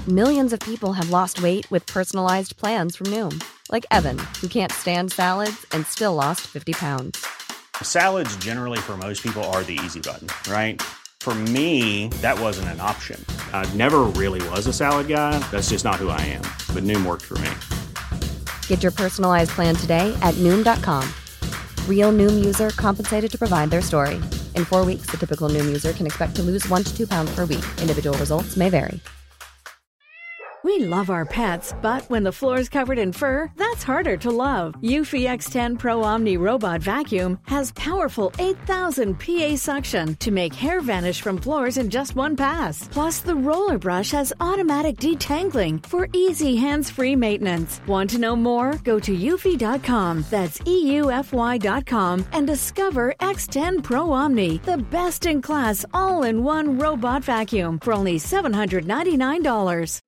Millions of people have lost weight with personalized plans from Noom. Like Evan, who can't stand salads and still lost 50 pounds. Salads generally for most people are the easy button, right? For me, that wasn't an option. I never really was a salad guy. That's just not who I am. But Noom worked for me. Get your personalized plan today at Noom.com. Real Noom user compensated to provide their story. In 4 weeks, the typical Noom user can expect to lose 1 to 2 pounds per week. Individual results may vary. We love our pets, but when the floor's covered in fur, that's harder to love. Eufy X10 Pro Omni Robot Vacuum has powerful 8,000 PA suction to make hair vanish from floors in just one pass. Plus, the roller brush has automatic detangling for easy hands-free maintenance. Want to know more? Go to eufy.com, that's EUFY.com, and discover X10 Pro Omni, the best-in-class all-in-one robot vacuum for only $799.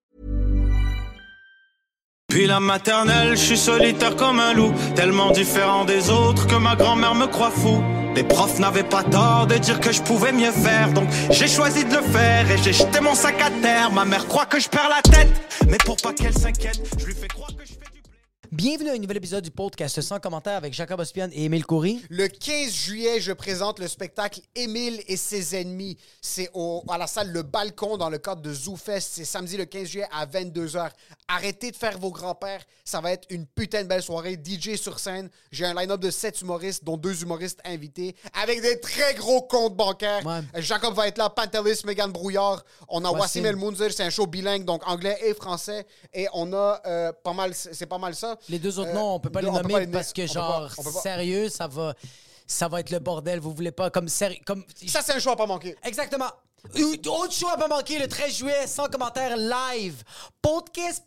Puis la maternelle, je suis solitaire comme un loup, tellement différent des autres que ma grand-mère me croit fou. Les profs n'avaient pas tort de dire que je pouvais mieux faire, donc j'ai choisi de le faire et j'ai jeté mon sac à terre. Ma mère croit que je perds la tête, mais pour pas qu'elle s'inquiète, je lui fais croire que je fais du blé. Bienvenue à un nouvel épisode du podcast sans commentaire avec Jacob Ospian et Émile Coury. Le 15 juillet, je présente le spectacle Émile et ses ennemis. C'est à la salle Le Balcon dans le cadre de ZooFest. C'est samedi le 15 juillet à 22h. Arrêtez de faire vos grands-pères. Ça va être une putain de belle soirée. DJ sur scène. J'ai un line-up de 7 humoristes, dont 2 humoristes invités, avec des très gros comptes bancaires. Ouais. Jacob va être là, Pantelis, Mégane Brouillard. On a Wassim El Mounzir, c'est un show bilingue, donc anglais et français. Et on a pas mal ça. Les deux autres noms, on peut pas les nommer parce que, sérieux, ça va être le bordel. Vous voulez pas, comme sérieux. Ça, c'est un show à pas manquer. Exactement. Autre show à pas manquer, le 13 juillet, sans commentaire, live. Podcast.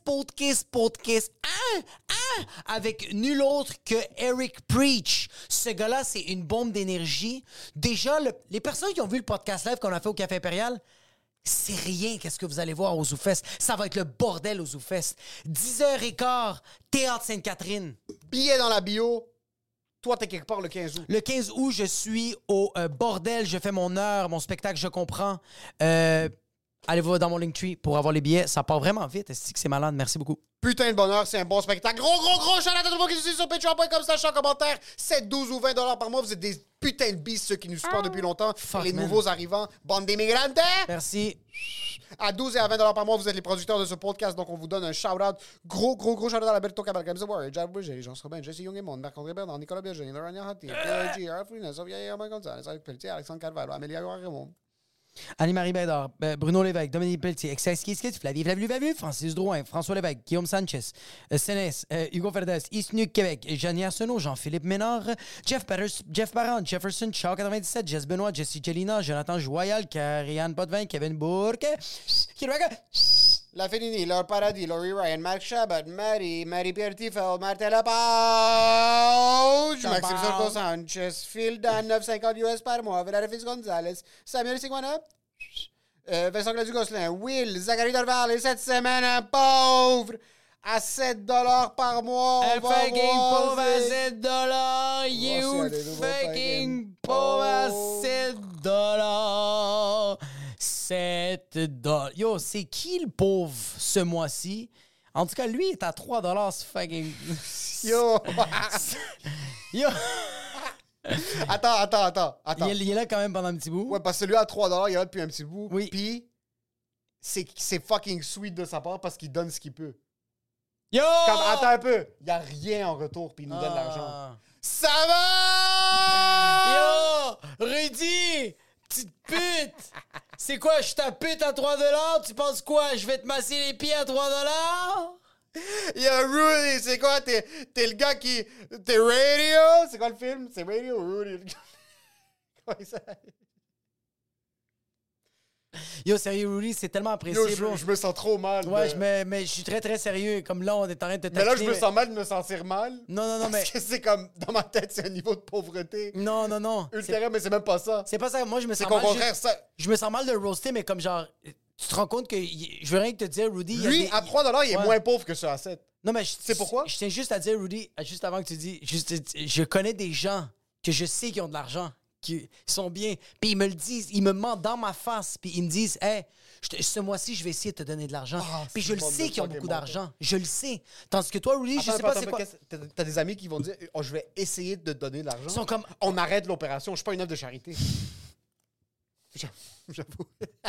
Avec nul autre que Eric Preach. Ce gars-là, c'est une bombe d'énergie. Déjà, les personnes qui ont vu le podcast live qu'on a fait au Café Impérial, c'est rien qu'est-ce que vous allez voir au ZooFest. Ça va être le bordel au ZooFest. 10h15, Théâtre Sainte-Catherine. Billet dans la bio. Toi, t'es quelque part le 15 août. Le 15 août, je suis au bordel. Je fais mon heure, mon spectacle, je comprends. Allez voir dans mon Linktree pour avoir les billets. Ça part vraiment vite. Est-ce que c'est malade? Merci beaucoup. Putain de bonheur, c'est un bon spectacle. Gros shout-out à tout le monde qui nous suit sur patreon.com/en commentaire. 7, 12 ou 20 $ par mois. Vous êtes des putains de beasts, ceux qui nous supportent depuis longtemps. Les nouveaux arrivants. Bande d'immigrants. Merci. À 12 et à 20 $ par mois, vous êtes les producteurs de ce podcast. Donc, on vous donne un shout-out. Gros shout-out à Alberto Cabalcamza, Warrior, Jab Bouger, Jean Robin, Jesse Young et Monde, Marc-André Bernard, Nicolas Biagini, Lorania Hatti, P.I.G., Arafrina, Sofia Yerma Gonzalez, Alex Pelletier, Alexandre Carvalho, Amélia Raymond. Annie-Marie Bédard, Bruno Lévesque, Dominique Pelletier, Exciskis, Flavie Francis Drouin, François Lévesque, Guillaume Sanchez, Sénès, Hugo Ferdes, Isnuc Québec, Jeannie Arsenault, Jean-Philippe Ménard, Jeff Parent, Jefferson, Shaw 97, Jess Benoît, Jesse Celina, Jonathan Joyal, Karianne Potvin, Kevin Bourque, La Fénini, Laure Paradis, Laurie Ryan, Marc Chabot, Marie-Pierre Tiffel, Martin Lepage, Maxime Sorgo Sanchez, Phil Dan, 950 US par mois, Vélarefis Gonzalez, Samuel Sigouana, Vincent Gladu-Gosselin, Will, Zachary Dorval, et cette semaine, un pauvre à 7 $ par mois. Un fucking pauvre à 7 $. You fucking pauvre à 7 $. 7 $. Yo, c'est qui le pauvre ce mois-ci? En tout cas, lui est à 3 $. C'est fucking... Yo! Yo! Attends. Il est là quand même pendant un petit bout. Ouais, parce que lui à 3 $, il est là depuis un petit bout. Oui. Puis, c'est fucking sweet de sa part parce qu'il donne ce qu'il peut. Yo! Attends un peu. Il n'y a rien en retour, puis il nous donne l'argent. Ça va! Yo! Rudy! Petite pute! C'est quoi, je ta pute à 3 $? Tu penses quoi? Je vais te masser les pieds à 3 $? Yo, Rudy, c'est quoi? T'es le gars qui... T'es Radio? C'est quoi le film? C'est Radio ou Rudy? Comment il s'appelle? Yo, sérieux, Rudy, c'est tellement apprécié, Yo, je me sens trop mal. Ouais, mais je suis très, très sérieux. Comme là, on est en train de te taquiner. Mais là, je me sens mal de me sentir mal. Non, mais... Parce que c'est comme, dans ma tête, c'est un niveau de pauvreté. Non. Ultérieur, mais c'est même pas ça. C'est pas ça. Moi, je me sens mal. C'est qu'au contraire, ça... Je me sens mal de roaster, mais comme genre... Tu te rends compte que... Je veux rien que te dire, Rudy... Lui, à 3 $, il est moins pauvre que ceux à 7. Non, mais... C'est pourquoi? Je tiens juste à dire, Rudy, juste avant que tu dis... Je connais des gens que je sais qui ont de l'argent, qui sont bien. Puis ils me le disent, ils me mentent dans ma face. Puis ils me disent, hey, ce mois-ci, je vais essayer de te donner de l'argent. Puis je le sais qu'ils ont beaucoup d'argent. Je le sais. Tandis que toi, Rudy, je sais pas c'est quoi. T'as des amis qui vont dire oh, je vais essayer de te donner de l'argent. Ils sont comme. On arrête l'opération. Je suis pas une œuvre de charité. J'avoue.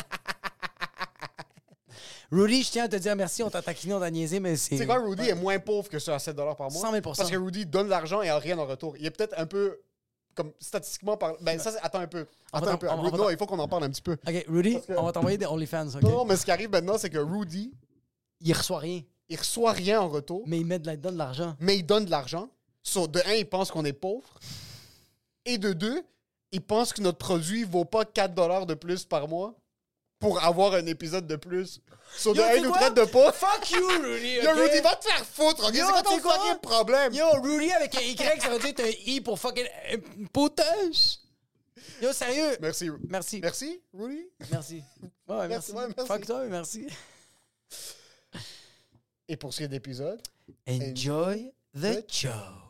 Rudy, je tiens à te dire merci. On t'a taquiné, on t'a niaisé, mais c'est. Tu sais quoi, Rudy est moins pauvre que ça à 7 $ par mois. 100 000 Parce que Rudy donne de l'argent et a rien en retour. Il est peut-être un peu. Comme statistiquement par. Ben, ça, attends un peu. Non, il faut qu'on en parle un petit peu. OK, Rudy, on va t'envoyer des OnlyFans. OK? Non, mais ce qui arrive maintenant, c'est que Rudy, Il reçoit rien, il reçoit rien en retour, mais il donne de l'argent. mais il donne de l'argent. So, de un, il pense qu'on est pauvre. Et de deux, il pense que notre produit vaut pas 4 $ de plus par mois pour avoir un épisode de plus. So, de un, il nous traite de pauvre. Fuck you, Rudy! Yo, Rudy, va te faire foutre, ok? Yo, C'est quoi tu ton sais quoi? fucking problème? Yo, Rudy avec un Y, ça veut dire que t'as un I pour fucking potage. Yo, sérieux? Merci. Merci. Merci, Rudy? Merci. Ouais, merci. Ouais, merci. Fuck toi, merci. Et pour ce qui est d'épisode, Enjoy the show.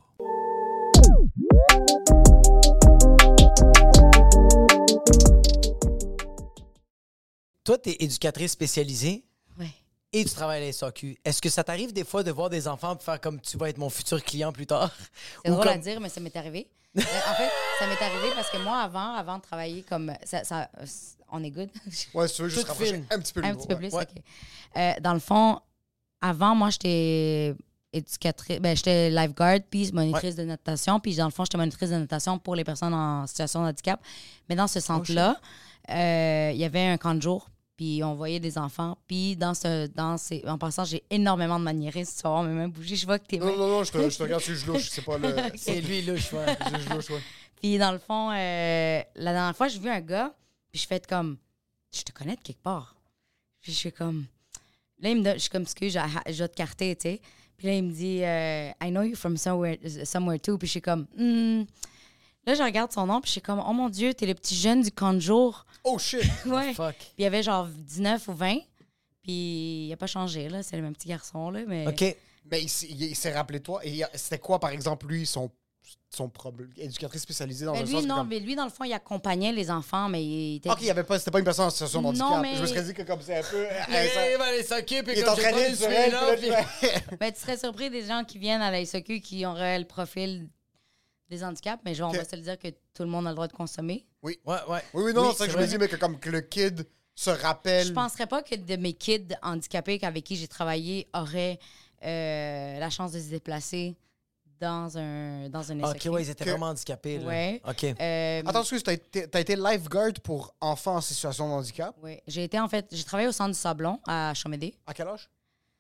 Toi, t'es éducatrice spécialisée Ouais. et tu travailles à la SAQ. Est-ce que ça t'arrive des fois de voir des enfants et faire comme tu vas être mon futur client plus tard? C'est Ou drôle à comme- dire, mais ça m'est arrivé. En fait, ça m'est arrivé parce que moi, avant de travailler comme... on est good? ouais, si tu veux juste Tout rapprocher fine. un petit peu le Un micro, petit peu ouais. plus, Ouais. OK. Dans le fond, avant, moi, j'étais éducatrice... Ben, j'étais lifeguard, puis monitrice de natation. Puis, dans le fond, j'étais monitrice de natation pour les personnes en situation de handicap. Mais dans ce centre-là, il y avait un camp de jour. Puis on voyait des enfants. Puis en passant, j'ai énormément de maniérisme. Tu vas voir mes mains bouger. Je vois que tes mains... Non, je te regarde si je louche. C'est pas le. C'est lui, louche, ouais. Je louche, ouais. Puis dans le fond, la dernière fois, j'ai vu un gars, puis je fais comme, je te connais de quelque part. Puis je fais comme, là, il me donne, je suis comme, excuse, je dois te carter, tu sais. Puis là, il me dit, I know you from somewhere too. Puis je suis comme, Là, je regarde son nom, puis je suis comme, oh mon Dieu, t'es le petit jeune du camp de jour. Oh shit! Ouais. Fuck. Puis il y avait genre 19 ou 20, puis il a pas changé, là. C'est le même petit garçon, là, mais... OK. Mais il s'est rappelé de toi. Et c'était quoi, par exemple, lui, son problème? Éducatrice spécialisée dans Mais un lui, sens que non, comme- mais lui, dans le fond, il accompagnait les enfants, mais il était... Ok, c'était pas une personne en situation de Non, handicap. mais- Je me serais dit que comme c'est un peu. Il va aller s'occuper il est comme j'ai pas entraîné une sur elle. là, puis là, Ben, tu serais surpris des gens qui viennent à la SAQ qui auraient le profil des handicaps, mais genre, Ok. on va se le dire que tout le monde a le droit de consommer. Ouais. Oui, non, c'est ça que je me vrai. dis, mais que comme que le kid se rappelle. Je penserais pas que de mes kids handicapés avec qui j'ai travaillé auraient la chance de se déplacer dans un SAQ. OK, ouais, ils étaient vraiment handicapés, là. Ouais. OK. Attends, excuse, t'as été lifeguard pour enfants en situation de handicap. Oui, j'ai travaillé au centre du Sablon à Chaumédé, À quel âge?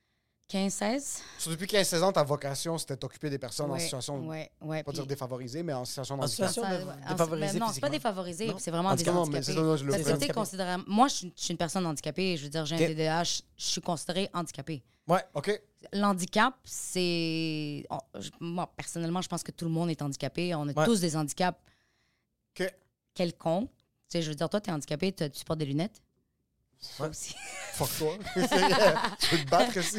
15-16. So, depuis 15-16 ans, ta vocation, c'était d'occuper des personnes en Ouais, situation, ouais, pas puis- dire défavorisées, mais en situation de En handicap. situation Ça, défavorisée non, c'est pas physiquement. défavorisé, Non? c'est vraiment En des tout cas, non, mais handicapés. c'est ça, je le Parce que, tu sais, handicapé. considérablement, moi, je suis une personne handicapée. Je veux dire, j'ai un Ok. TDAH, je suis considérée handicapée. Ouais. OK. L'handicap, c'est... Moi, personnellement, je pense que tout le monde est handicapé. On a Ouais. tous des handicaps OK. quelconques. Tu sais, je veux dire, toi, t'es handicapé, tu portes des lunettes. Moi Ouais. aussi. Fuck toi. Tu veux te battre ici?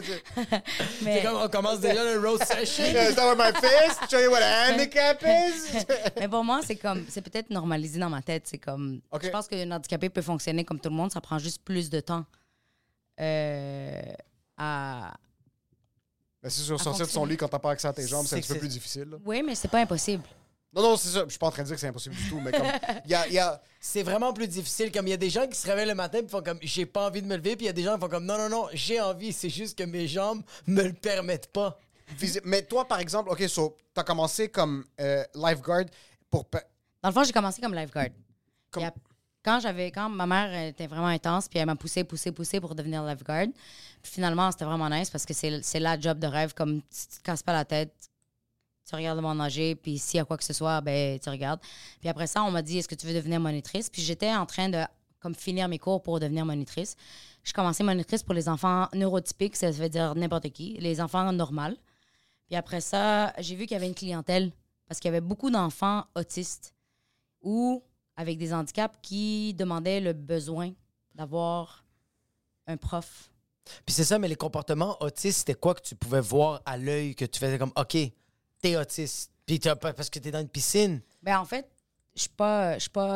Mais, C'est comme on commence déjà le roast session. Is that what my face? Show you what a handicap is? mais pour moi, c'est peut-être normalisé dans ma tête. C'est comme... Ok. Je pense qu'un handicapé peut fonctionner comme tout le monde. Ça prend juste plus de temps à... Mais c'est sûr, À sortir de son fonctionner. lit quand t'as pas accès à tes jambes, c'est un C'est petit peu que plus c'est- difficile. là. Oui, mais c'est pas impossible. Non, c'est ça. Je suis pas en train de dire que c'est impossible du tout, mais comme. Il y a. C'est vraiment plus difficile. Comme il y a des gens qui se réveillent le matin et font comme j'ai pas envie de me lever, puis il y a des gens qui font comme non, j'ai envie, c'est juste que mes jambes me le permettent pas. Mais toi, par exemple, OK, so, t'as commencé comme lifeguard pour. Dans le fond, j'ai commencé comme lifeguard. Comme- Il y a- Quand ma mère était vraiment intense, puis elle m'a poussé pour devenir lifeguard. Puis finalement, c'était vraiment nice parce que c'est la job de rêve. Comme tu te casses pas la tête, tu regardes le monde nager, puis s'il y a quoi que ce soit, ben tu regardes. Puis après ça, on m'a dit, est-ce que tu veux devenir monitrice? Puis j'étais en train de comme finir mes cours pour devenir monitrice. J'ai commencé monitrice pour les enfants neurotypiques, ça veut dire n'importe qui, les enfants normaux. Puis après ça, j'ai vu qu'il y avait une clientèle parce qu'il y avait beaucoup d'enfants autistes ou avec des handicaps qui demandaient le besoin d'avoir un prof. Puis c'est ça, mais les comportements autistes, c'était quoi que tu pouvais voir à l'œil que tu faisais comme OK, t'es autiste. Puis parce que t'es dans une piscine. Ben en fait, je suis pas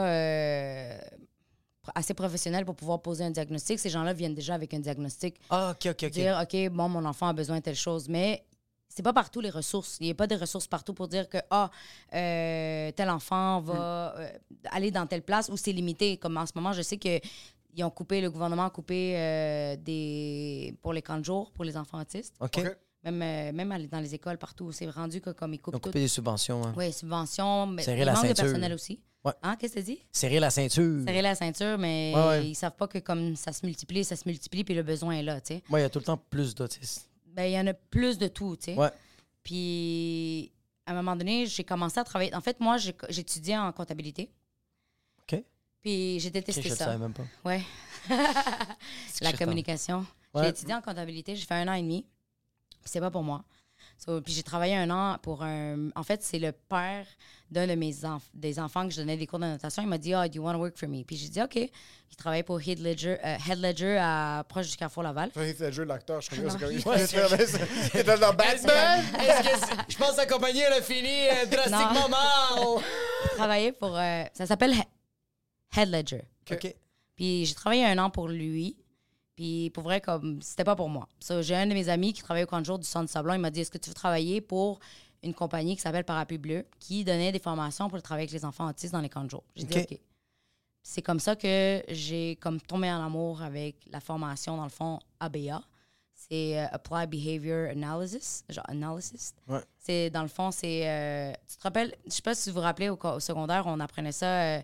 assez professionnelle pour pouvoir poser un diagnostic. Ces gens-là viennent déjà avec un diagnostic. Ah, OK. Dire, OK, bon, mon enfant a besoin de telle chose. Mais c'est pas partout les ressources. Il n'y a pas de ressources partout pour dire que, tel enfant va aller dans telle place où c'est limité. Comme en ce moment, je sais que le gouvernement a coupé pour les camps de jour pour les enfants autistes. OK. Même dans les écoles, partout, c'est rendu que comme ils coupent Ils ont tout. coupé des subventions. Hein. Oui, subventions, mais Serrer il la manque de ceinture. personnel aussi. Ouais. Hein, qu'est-ce que tu dis? Serrer la ceinture. Serrer la ceinture, mais Ouais. ils savent pas que comme ça se multiplie, puis le besoin est là, tu sais. Moi, il y a tout le temps plus d'autistes. Ben, il y en a plus de tout, tu sais. Ouais. Puis, à un moment donné, j'ai commencé à travailler. En fait, moi, j'étudiais en comptabilité. OK. Puis, j'ai détesté Je le ça. savais même pas. Ouais. La que communication. Ouais. J'ai étudié en comptabilité. J'ai fait 1 an et demi. Puis, c'est pas pour moi. Puis, j'ai travaillé 1 an pour un... En fait, c'est le père d'un de des enfants que je donnais des cours de notation. Il m'a dit, do you want to work for me? Puis, j'ai dit, OK. Il travaillait pour Head Ledger proche du Carrefour Laval. Heath Ledger, l'acteur, je Non. connais. C'était dans Batman. Je pense que la compagnie, elle a fini drastiquement mal. Il travaillait pour... ça s'appelle Head Ledger. OK. Puis j'ai travaillé 1 an pour lui. Puis pour vrai, comme c'était pas pour moi. J'ai un de mes amis qui travaillait au camp de jour du Centre Sablon. Il m'a dit, est-ce que tu veux travailler pour une compagnie qui s'appelle Parapluie Bleu, qui donnait des formations pour travailler avec les enfants autistes dans les camps de jour? J'ai dit, OK. C'est comme ça que j'ai comme tombé en amour avec la formation, dans le fond, ABA. C'est Applied Behavior Analysis. Genre analysis. Ouais. C'est, dans le fond, c'est... tu te rappelles, je sais pas si vous vous rappelez, au secondaire, on apprenait ça,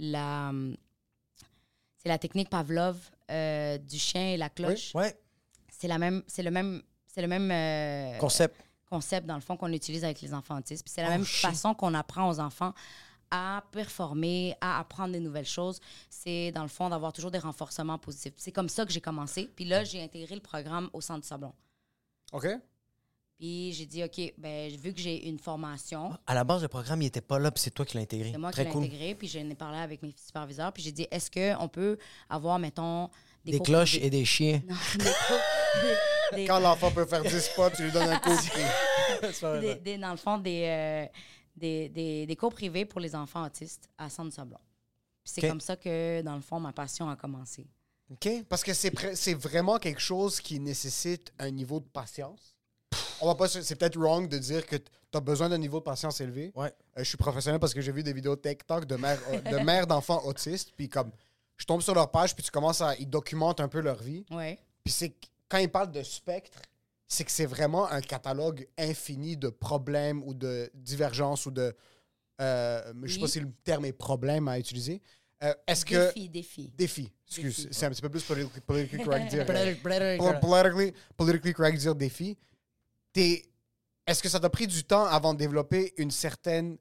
c'est la technique Pavlov du chien et la cloche. Ouais. C'est le même Concept. dans le fond, qu'on utilise avec les enfants autistes. Puis c'est la même façon qu'on apprend aux enfants à performer, à apprendre des nouvelles choses. C'est, dans le fond, d'avoir toujours des renforcements positifs. C'est comme ça que j'ai commencé. Puis là, j'ai intégré le programme au Centre du Sablon. OK. Puis j'ai dit, OK, ben vu que j'ai une formation, À la base, le programme, il était pas là, puis c'est toi qui l'as intégré. c'est moi Très qui l'ai cool. intégré. Puis j'en ai parlé avec mes superviseurs. Puis j'ai dit, est-ce qu'on peut avoir, mettons, Des cours cloches privés? et des chiens. Non, des cours- des- Quand l'enfant peut faire 10 pas, tu lui donnes un coup. dans le fond, des cours privés pour les enfants autistes à Centre du Sablon. Puis c'est OK. comme ça que, dans le fond, ma passion a commencé. OK. Parce que c'est vraiment quelque chose qui nécessite un niveau de patience. C'est peut-être wrong de dire que tu as besoin d'un niveau de patience élevé. Ouais. Je suis professionnel parce que j'ai vu des vidéos TikTok de mères d'enfants autistes. Puis comme, je tombe sur leur page, puis ils documentent un peu leur vie. Ouais. Puis quand ils parlent de spectre, c'est que c'est vraiment un catalogue infini de problèmes ou de divergences ou de... Je sais pas si le terme est problème à utiliser. Est-ce que... Défi. Défi. Excuse, Défi. c'est un petit peu plus politically correct dire... Brother. politically correct dire défi. Est-ce que ça t'a pris du temps avant de développer une certaine...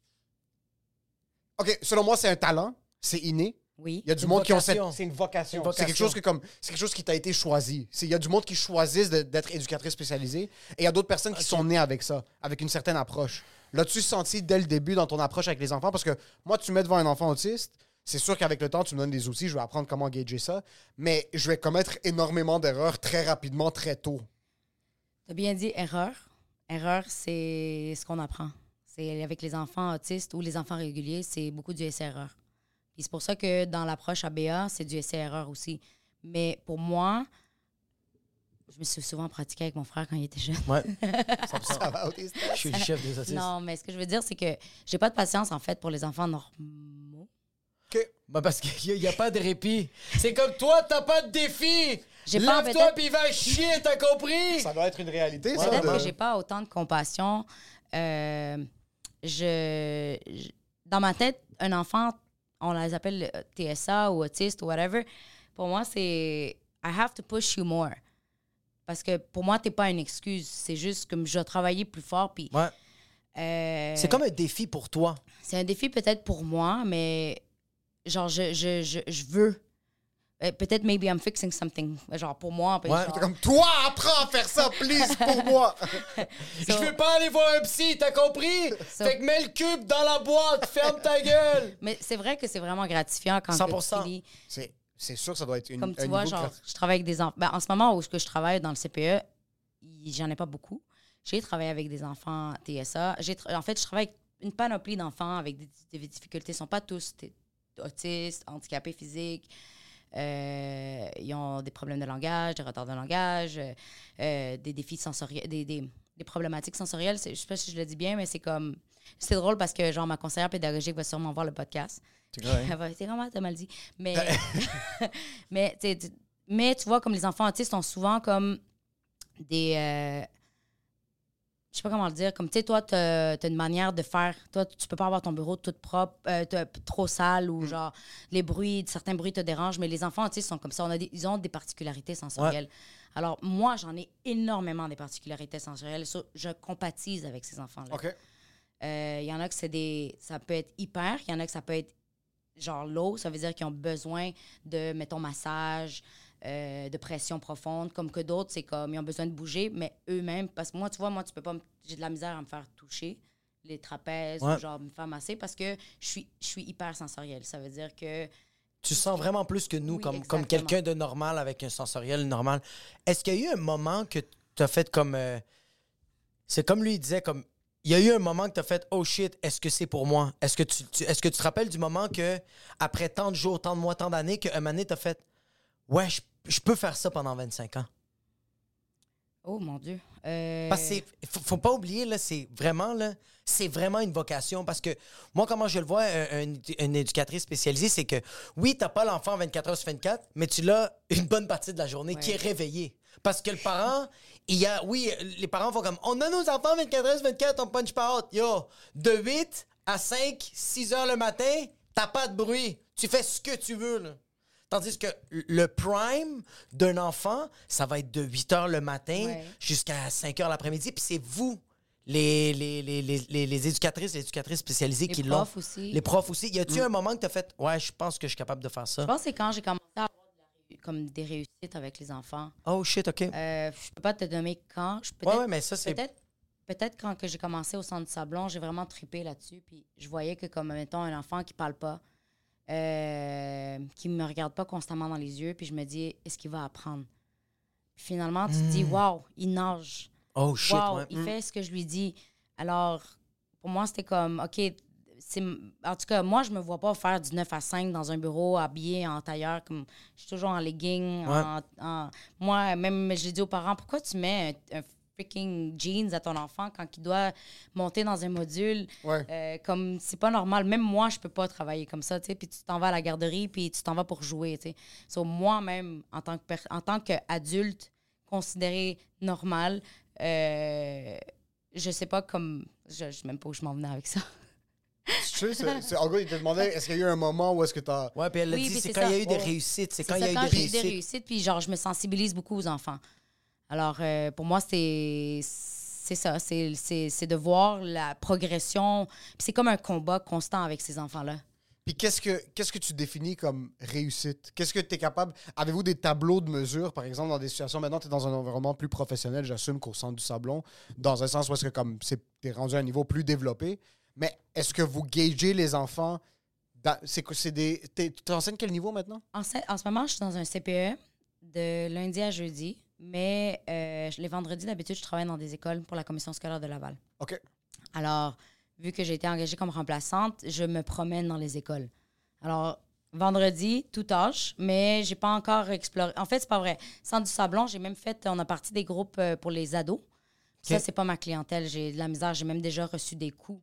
OK, selon moi, c'est un talent. C'est inné. Oui. Il y a du Une monde qui ont cette... vocation. C'est une vocation. Une C'est quelque chose c'est quelque chose qui t'a été choisi. Il y a du monde qui choisissent d'être éducatrice spécialisée et il y a d'autres personnes qui sont nées avec ça, avec une certaine approche. L'as-tu senti dès le début dans ton approche avec les enfants? Parce que moi, tu mets devant un enfant autiste, c'est sûr qu'avec le temps, tu me donnes des outils, je vais apprendre comment gager ça, mais je vais commettre énormément d'erreurs très rapidement, très tôt. T'as bien dit erreur. Erreur, c'est ce qu'on apprend. C'est avec les enfants autistes ou les enfants réguliers, c'est beaucoup du essai-erreur. Puis c'est pour ça que dans l'approche ABA, c'est du essai-erreur aussi. Mais pour moi, je me suis souvent pratiquée avec mon frère quand il était jeune. Ouais. Ça va, autiste? Je suis le chef des autistes. Non, mais ce que je veux dire, c'est que j'ai pas de patience, en fait, pour les enfants normaux. OK. Ben parce qu'il n'y a pas de répit. C'est comme toi, t'as pas de défi. J'ai pas, Lève-toi peut-être- puis va chier, t'as compris? Ça doit être une réalité, ça. Peut-être de- que j'ai pas autant de compassion. Dans ma tête, un enfant, on les appelle TSA ou autiste ou whatever. Pour moi, c'est I have to push you more. Parce que pour moi, t'es pas une excuse. C'est juste que je dois travailler plus fort. Puis, Ouais. C'est comme un défi pour toi. c'est un défi peut-être pour moi, mais genre, je veux. Peut-être maybe I'm fixing something. Genre, pour moi. Ouais. genre- T'es comme, toi, apprends à faire ça, please, pour moi. Je veux pas aller voir un psy, t'as compris? Fait que mets le cube dans la boîte, ferme ta gueule. Mais c'est vrai que c'est vraiment gratifiant quand 100%. tu lis. C'est sûr que ça doit être Comme un tu vois, niveau de genre, je travaille avec des enfants. En ce moment où je travaille dans le CPE, j'en ai pas beaucoup. J'ai travaillé avec des enfants TSA. En fait, je travaille avec une panoplie d'enfants avec des difficultés. Ils ne sont pas tous autistes, handicapés physiques. Ils ont des problèmes de langage, des retards de langage, des défis sensoriels, des problématiques sensorielles. Je ne sais pas si je le dis bien, mais c'est comme... C'est drôle parce que, genre, ma conseillère pédagogique va sûrement voir le podcast. C'est vraiment, t'as mal dit. Mais, mais tu vois, comme les enfants autistes ont souvent comme des... je sais pas comment le dire. Comme, tu sais, toi, t'as une manière de faire... Toi, tu peux pas avoir ton bureau tout propre, trop sale ou genre certains bruits te dérangent. Mais les enfants autistes sont comme ça. Ils ont des particularités sensorielles. Ouais. Alors, moi, j'en ai énormément des particularités sensorielles. Je compatise avec ces enfants-là. OK. Il y en a que ça peut être hyper. Il y en a que ça peut être genre low. Ça veut dire qu'ils ont besoin de, mettons, massage, de pression profonde. Comme que d'autres, c'est comme, ils ont besoin de bouger, mais eux-mêmes... Parce que moi, tu vois, tu peux pas... J'ai de la misère à me faire toucher les trapèzes ou genre me faire masser parce que je suis hyper sensorielle. Ça veut dire que... Tu sens vraiment plus que nous, oui, comme quelqu'un de normal avec un sensoriel normal. Est-ce qu'il y a eu un moment que tu as fait comme... c'est comme lui, il disait, comme... Il y a eu un moment que tu as fait « Oh shit, est-ce que c'est pour moi? » Est-ce que tu te rappelles du moment que, après tant de jours, tant de mois, tant d'années, qu'un moment donné, tu as fait « Ouais, je peux faire ça pendant 25 ans. » Oh mon Dieu. Parce que faut pas oublier, là, c'est vraiment une vocation. Parce que moi, comment je le vois, une éducatrice spécialisée, c'est que oui, t'as pas l'enfant 24 heures sur 24, mais tu l'as une bonne partie de la journée qui est réveillée. Parce que le parent, les parents font comme on a nos enfants 24 heures sur 24, on punch pas out. Yo, de 8 à 5, 6 heures le matin, t'as pas de bruit. Tu fais ce que tu veux, là. Tandis que le prime d'un enfant, ça va être de 8 heures le matin jusqu'à 5 heures l'après-midi. Puis c'est vous, les éducatrices spécialisées qui l'ont. Les profs aussi. Y a-tu un moment que tu as fait « Ouais, je pense que je suis capable de faire ça ». Je pense que c'est quand j'ai commencé à avoir comme des réussites avec les enfants. Oh shit, OK. Je peux pas te nommer quand. Ouais, mais ça, c'est... Peut-être quand que j'ai commencé au centre du Sablon, j'ai vraiment trippé là-dessus. Puis je voyais que, comme, mettons, un enfant qui parle pas, qui me regarde pas constamment dans les yeux, puis je me dis, est-ce qu'il va apprendre? Puis finalement, tu te dis, wow, il nage. Oh shit, wow, il fait ce que je lui dis. Alors, pour moi, c'était comme, OK, en tout cas, moi, je me vois pas faire du 9 à 5 dans un bureau, habillé en tailleur, comme je suis toujours en legging. Moi, même, je l'ai dit aux parents, pourquoi tu mets un freaking jeans à ton enfant quand il doit monter dans un module. Comme c'est pas normal. Même moi, je peux pas travailler comme ça, tu sais. Puis tu t'en vas à la garderie, puis tu t'en vas pour jouer, tu sais. So, moi-même, en tant qu'adulte, considéré normal, je sais pas comme... Je sais même pas où je m'en venais avec ça. En gros, il te demandait, est-ce qu'il y a eu un moment où est-ce que t'as... Ouais, puis elle a dit, c'est quand il y a eu des réussites. C'est quand il y a eu des réussites. Puis genre, je me sensibilise beaucoup aux enfants. Alors, pour moi, c'est ça. C'est de voir la progression. Puis c'est comme un combat constant avec ces enfants-là. Puis qu'est-ce que tu définis comme réussite? Qu'est-ce que tu es capable... Avez-vous des tableaux de mesure, par exemple, dans des situations... Maintenant, tu es dans un environnement plus professionnel, j'assume qu'au centre du Sablon, dans un sens où est-ce que comme tu es rendu à un niveau plus développé. Mais est-ce que vous gagez les enfants... Tu enseignes quel niveau maintenant? En ce moment, je suis dans un CPE de lundi à jeudi. Mais les vendredis, d'habitude, je travaille dans des écoles pour la commission scolaire de Laval. OK. Alors, vu que j'ai été engagée comme remplaçante, je me promène dans les écoles. Alors, vendredi, tout tâche, mais j'ai pas encore exploré. En fait, c'est pas vrai. Centre du Sablon, j'ai même fait... On a parti des groupes pour les ados. Okay. Ça, c'est pas ma clientèle. J'ai de la misère. J'ai même déjà reçu des coups.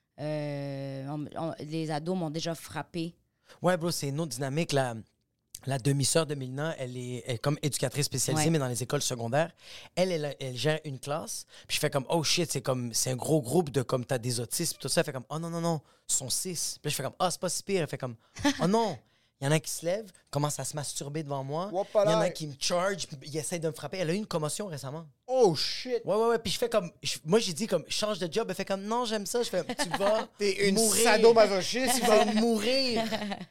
Les ados m'ont déjà frappé. Ouais, bro, c'est une autre dynamique, là. La demi-sœur de Milna, elle est comme éducatrice spécialisée, mais dans les écoles secondaires. Elle gère une classe. Puis je fais comme, oh shit, c'est un gros groupe de comme t'as des autistes. Puis tout ça, elle fait comme, oh non, ils sont 6. Puis je fais comme, c'est pas si pire. Elle fait comme, oh non. Il y en a qui se lèvent, commencent à se masturber devant moi. Il y en a qui me charge, ils essayent de me frapper. Elle a eu une commotion récemment. Oh shit. Ouais. Puis je fais comme, moi j'ai dit comme, change de job. Elle fait comme, non, j'aime ça. Je fais, tu vas T'es une mourir. sadomasochiste. Tu vas mourir.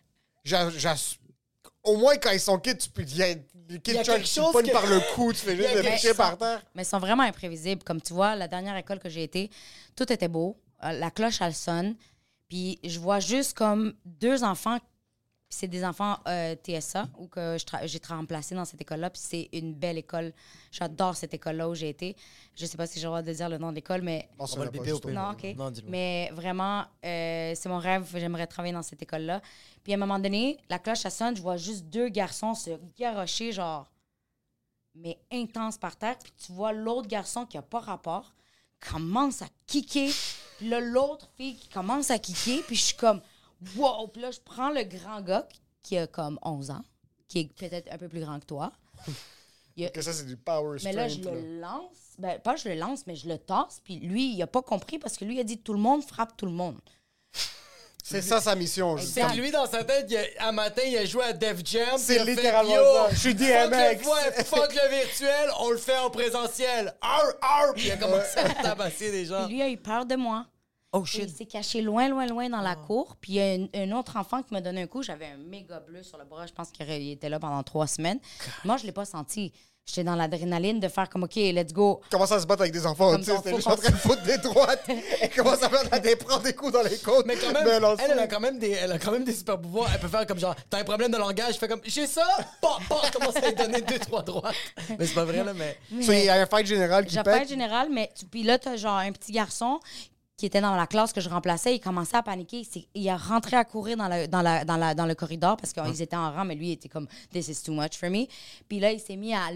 Au moins, quand ils sont kids, il y a quelque chose qui par le cou, tu fais juste le picher par terre. Mais ils sont vraiment imprévisibles. Comme tu vois, la dernière école que j'ai été, tout était beau. La cloche, elle sonne. Puis je vois juste comme 2 enfants Puis c'est des enfants TSA où que j'ai remplacé dans cette école-là. Puis c'est une belle école. J'adore cette école-là où j'ai été. Je sais pas si j'ai le droit de dire le nom de l'école, mais... On va le biper au pire. Non, OK. Non, dis-le. Mais vraiment, c'est mon rêve. J'aimerais travailler dans cette école-là. Puis à un moment donné, la cloche, elle sonne. Je vois juste 2 garçons se garrocher, genre, mais intense par terre. Puis tu vois l'autre garçon qui a pas rapport commence à kicker. Puis là, l'autre fille qui commence à kicker. Puis je suis comme... Wow! Puis là, je prends le grand gars qui a comme 11 ans, qui est peut-être un peu plus grand que toi. Que ça, c'est du power strength. Mais là, je le lance. Ben, pas je le lance, mais je le tasse. Puis lui, il a pas compris parce que lui, il a dit tout le monde frappe tout le monde. C'est ça sa mission. C'est que lui, dans sa tête, un matin, il a joué à Def Jam. C'est puis il a littéralement fait, ça. Je suis DMX. Fuck le virtuel, on le fait en présentiel. Arr! Puis il a commencé à tabasser des gens. Puis lui a eu peur de moi. Oh Et shit. il s'est caché loin dans la cour. Puis il y a un autre enfant qui m'a donné un coup. J'avais un méga bleu sur le bras. Je pense qu'il était là pendant 3 semaines. Moi, je l'ai pas senti. J'étais dans l'adrénaline de faire comme, OK, let's go. Commence à se battre avec des enfants, tu sais. C'était juste en train de foutre des droites. Elle commence à prendre des coups dans les côtes. Mais quand même, elle a quand même des super pouvoirs. Elle peut faire comme genre, t'as un problème de langage, fais comme, j'ai ça, commence à lui donner 2-3 droites. Mais c'est pas vrai, là, mais. So, il y a un fight général qui J'ai pète. pas général, mais puis là, t'as genre un petit garçon qui était dans la classe que je remplaçais. Il commençait à paniquer. Il a rentré à courir dans le corridor parce qu'ils étaient en rang, mais lui, il était comme « This is too much for me ». Puis là, il s'est mis à...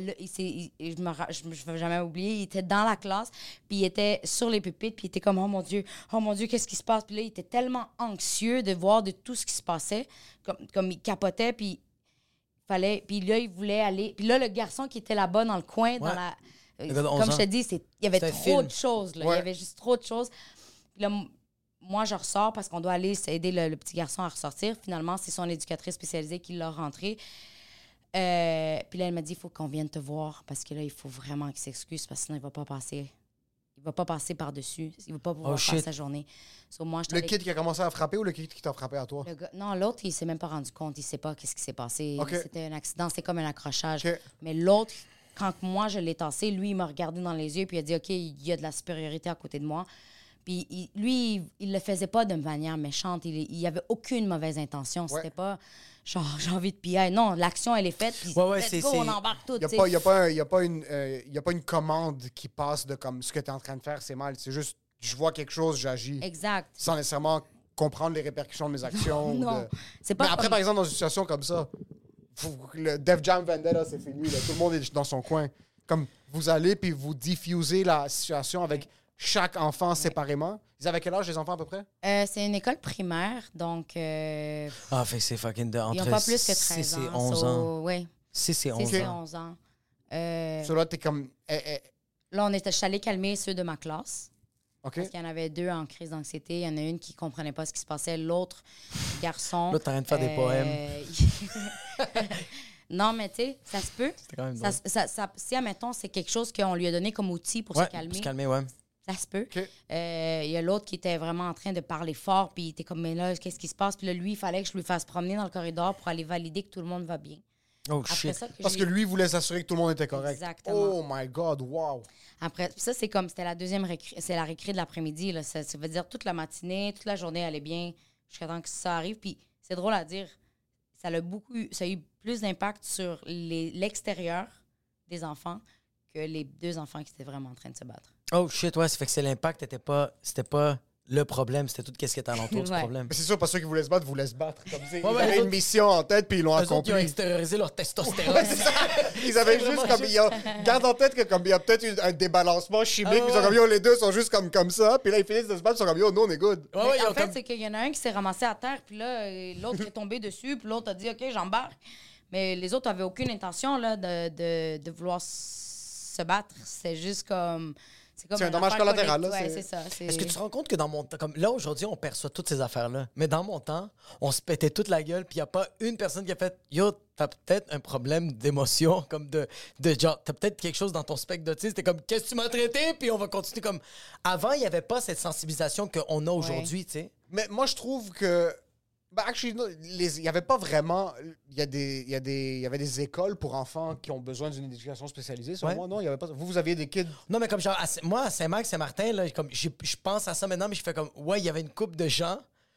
Je vais jamais oublier, il était dans la classe, puis il était sur les pupitres, puis il était comme « Oh mon Dieu, qu'est-ce qui se passe? » Puis là, il était tellement anxieux de voir de tout ce qui se passait, comme il capotait, puis puis là, il voulait aller... Puis là, le garçon qui était là-bas dans le coin, dans la... Comme je te dis, il y avait trop de choses. Là. Ouais. Il y avait juste trop de choses. Puis là, moi, je ressors parce qu'on doit aller aider le petit garçon à ressortir. Finalement, c'est son éducatrice spécialisée qui l'a rentré. Puis là, elle m'a dit, il faut qu'on vienne te voir parce que là, il faut vraiment qu'il s'excuse parce que sinon, il va pas passer. Il va pas passer par-dessus. Il va pas pouvoir faire sa journée. So, moi, Le kid qui a commencé à frapper ou le kid qui t'a frappé à toi? Non, l'autre, il s'est même pas rendu compte. Il sait pas qu'est-ce qui s'est passé. Okay. C'était un accident. C'était comme un accrochage. Okay. Mais l'autre, quand moi, je l'ai tassé, lui, il m'a regardé dans les yeux puis il a dit, OK, il y a de la supériorité à côté de moi. Puis lui, il le faisait pas de manière méchante. Il y avait aucune mauvaise intention. C'était pas genre, j'ai envie de piller. Non, l'action, elle est faite. Puis let's go, on embarque tout. Il n'y a pas une commande qui passe de comme ce que tu es en train de faire, c'est mal. C'est juste, je vois quelque chose, j'agis. Exact. Sans nécessairement comprendre les répercussions de mes actions. Non. C'est pas Mais après, comme... par exemple, dans une situation comme ça, le Def Jam Vendetta, c'est fini. Là. Tout le monde est dans son coin. Comme vous allez puis vous diffusez la situation avec chaque enfant séparément. Ils avaient quel âge, les enfants, à peu près? C'est une école primaire, donc... fait que c'est fucking de... Ils n'ont pas plus que 13 ans. 6 et 11 ans. Oui. 6 et 11 6 et ans. 11 ans. Là, t'es comme... Là, je suis allée calmer ceux de ma classe. OK. Parce qu'il y en avait 2 en crise d'anxiété. Il y en a une qui ne comprenait pas ce qui se passait. L'autre garçon... Là, t'es en train de faire des poèmes. Non, mais tu sais, ça se peut. C'était quand même drôle. Si, admettons, c'est quelque chose qu'on lui a donné comme outil pour se calmer. Pour se calmer, ouais. Ça se peut. OK. Il y a l'autre qui était vraiment en train de parler fort, puis il était comme, mais là, qu'est-ce qui se passe? Puis là, lui, il fallait que je lui fasse promener dans le corridor pour aller valider que tout le monde va bien. Oh, Après shit. ça, Parce que lui voulait s'assurer que tout le monde était correct. Exactement. Oh my God, wow. Après, ça, c'est comme, c'était la deuxième récré, c'est la récré de l'après-midi. Là. Ça veut dire toute la matinée, toute la journée allait bien jusqu'à temps que ça arrive. Puis c'est drôle à dire, ça a eu plus d'impact sur l'extérieur des enfants que les 2 enfants qui étaient vraiment en train de se battre. Oh shit, ouais, ça fait que l'impact c'était pas le problème, c'était tout ce qui était alentour du problème. Mais c'est sûr, parce que ceux qui voulaient se battre, voulaient se battre. Comme ça. Ils Ouais, avaient eux une mission en tête, puis ils l'ont Eux autres, accompli. ils ont extériorisé leur testostérone. Ouais, c'est ça. Ils avaient C'est juste vraiment comme... Garde en tête que comme il y a peut-être un débalancement chimique, puis ils sont ouais. comme, yo, les deux sont juste comme ça, puis là, ils finissent de se battre, ils sont comme, yo, non, on est good. Ouais, ouais, ils en ont fait, comme- c'est qu'il y en a un qui s'est ramassé à terre, puis là, l'autre est tombé dessus, puis l'autre a dit, OK, j'embarque. Mais les autres avaient aucune intention là, de vouloir se battre. C'est juste comme... C'est un une dommage affaire collatéral, là, collective. c'est- Ouais, c'est ça. Est-ce que tu te rends compte que dans mon temps, comme là aujourd'hui, on perçoit toutes ces affaires-là, mais dans mon temps, on se pétait toute la gueule, puis il n'y a pas une personne qui a fait yo, t'as peut-être un problème d'émotion, comme de genre, t'as peut-être quelque chose dans ton spectre d'autisme, t'es comme qu'est-ce que tu m'as traité, puis on va continuer comme. Avant, il n'y avait pas cette sensibilisation qu'on a aujourd'hui, tu sais. Mais moi, je trouve que... Ben, actually, non, il n'y avait pas vraiment... Il y avait des écoles pour enfants qui ont besoin d'une éducation spécialisée, selon Ouais. moi, non? Il y avait pas... Vous aviez des kids... Non, mais comme genre, moi, à Saint-Marc, Saint-Martin, là, comme, je pense à ça maintenant, mais je fais comme, ouais, il y avait une couple de gens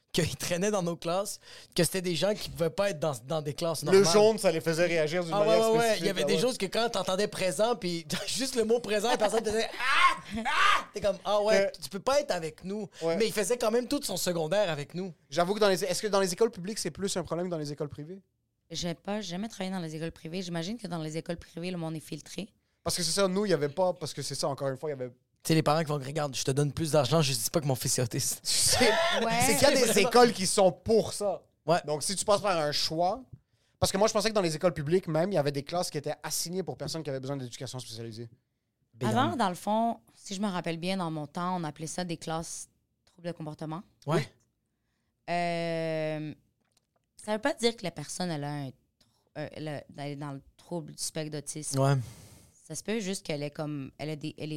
qu'ils traînaient dans nos classes, que c'était des gens qui pouvaient pas être dans des classes normales. Le jaune, ça les faisait réagir d'une manière spécifique. Ouais. Il y avait des choses que quand t'entendais présent, puis juste le mot présent, la personne te disait « Ah! » T'es comme « Ah ouais, tu peux pas être avec nous. Ouais. Mais il faisait quand même tout son secondaire avec nous. J'avoue que est-ce que dans les écoles publiques, c'est plus un problème que dans les écoles privées? J'ai pas jamais travaillé dans les écoles privées. J'imagine que dans les écoles privées, le monde est filtré. Parce que c'est ça, nous, il n'y avait pas... Parce que c'est ça, encore une fois, il y avait... Tu sais, les parents qui vont dire « Regarde, je te donne plus d'argent, je dis pas que mon fils est autiste. » C'est Ouais. qu'il y a des écoles qui sont pour ça. Ouais. Donc, si tu passes par un choix... Parce que moi, je pensais que dans les écoles publiques, même, il y avait des classes qui étaient assignées pour personnes qui avaient besoin d'éducation spécialisée. Avant, dans le fond, si je me rappelle bien, dans mon temps, on appelait ça des classes troubles de comportement. Ouais. Ça veut pas dire que la personne elle est dans le trouble du spectre d'autisme. Ouais. Ça se peut juste qu'elle est comme elle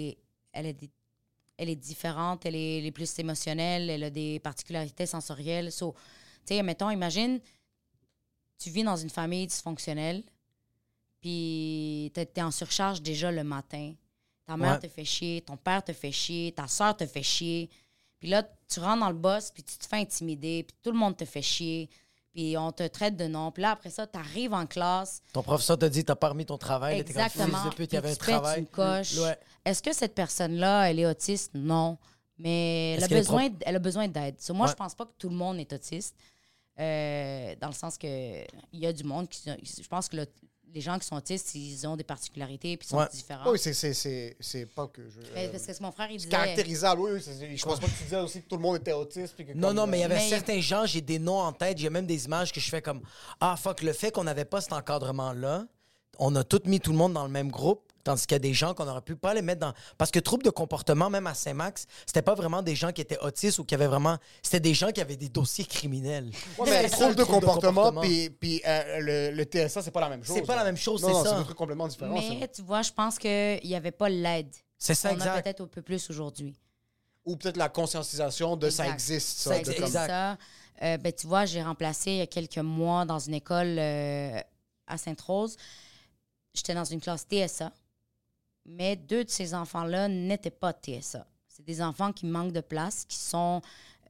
est différente, elle est plus émotionnelle, elle a des particularités sensorielles. So, tu sais, mettons, imagine, tu vis dans une famille dysfonctionnelle, puis t'es en surcharge déjà le matin. Ta mère te fait chier, ton père te fait chier, ta soeur te fait chier. Puis là, tu rentres dans le boss, puis tu te fais intimider, puis tout le monde te fait chier, puis on te traite de nom. Puis là, après ça, tu arrives en classe. Ton professeur te dit, t'as pas remis ton travail. Exactement. Là, t'es comme, fils de pute, il y avait un Puis tu travail. pètes une coche. Ouais. Est-ce que cette personne-là, elle est autiste? Non. Mais elle a besoin d'aide. So, moi, je pense pas que tout le monde est autiste. Dans le sens que il y a du monde qui... Je pense que les gens qui sont autistes, ils ont des particularités puis sont différents. Oui, c'est pas que je... Parce que mon frère, il disait... Caractérisable, oui. Je pense pas que tu disais aussi que tout le monde était autiste. Puis que Non, mais il y avait certains gens, j'ai des noms en tête, j'ai même des images que je fais comme « Ah, fuck, le fait qu'on n'avait pas cet encadrement-là, on a tout mis tout le monde dans le même groupe, tandis qu'il y a des gens qu'on aurait pu pas les mettre dans... » Parce que trouble de comportement, même à Saint-Max, c'était pas vraiment des gens qui étaient autistes ou qui avaient vraiment... C'était des gens qui avaient des dossiers criminels. Ouais, mais trouble de comportement puis le TSA, c'est pas la même chose. C'est pas la même chose, non, c'est ça. C'est deux trucs complètement différents. Mais tu vois, je pense qu'il n'y avait pas l'aide. C'est ça, On exact. a peut-être un peu plus aujourd'hui. Ou peut-être la conscientisation de ça Exact. existe. Ça Ça, existe. de comme- Exact. Ça. Tu vois, j'ai remplacé il y a quelques mois dans une école à Sainte-Rose. J'étais dans une classe TSA, mais 2 de ces enfants-là n'étaient pas TSA. C'est des enfants qui manquent de place, qui sont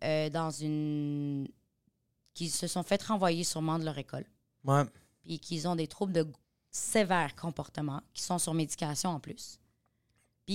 qui se sont fait renvoyer sûrement de leur école. Ouais. Puis qui ont des troubles de sévères comportement, qui sont sur médication en plus. Puis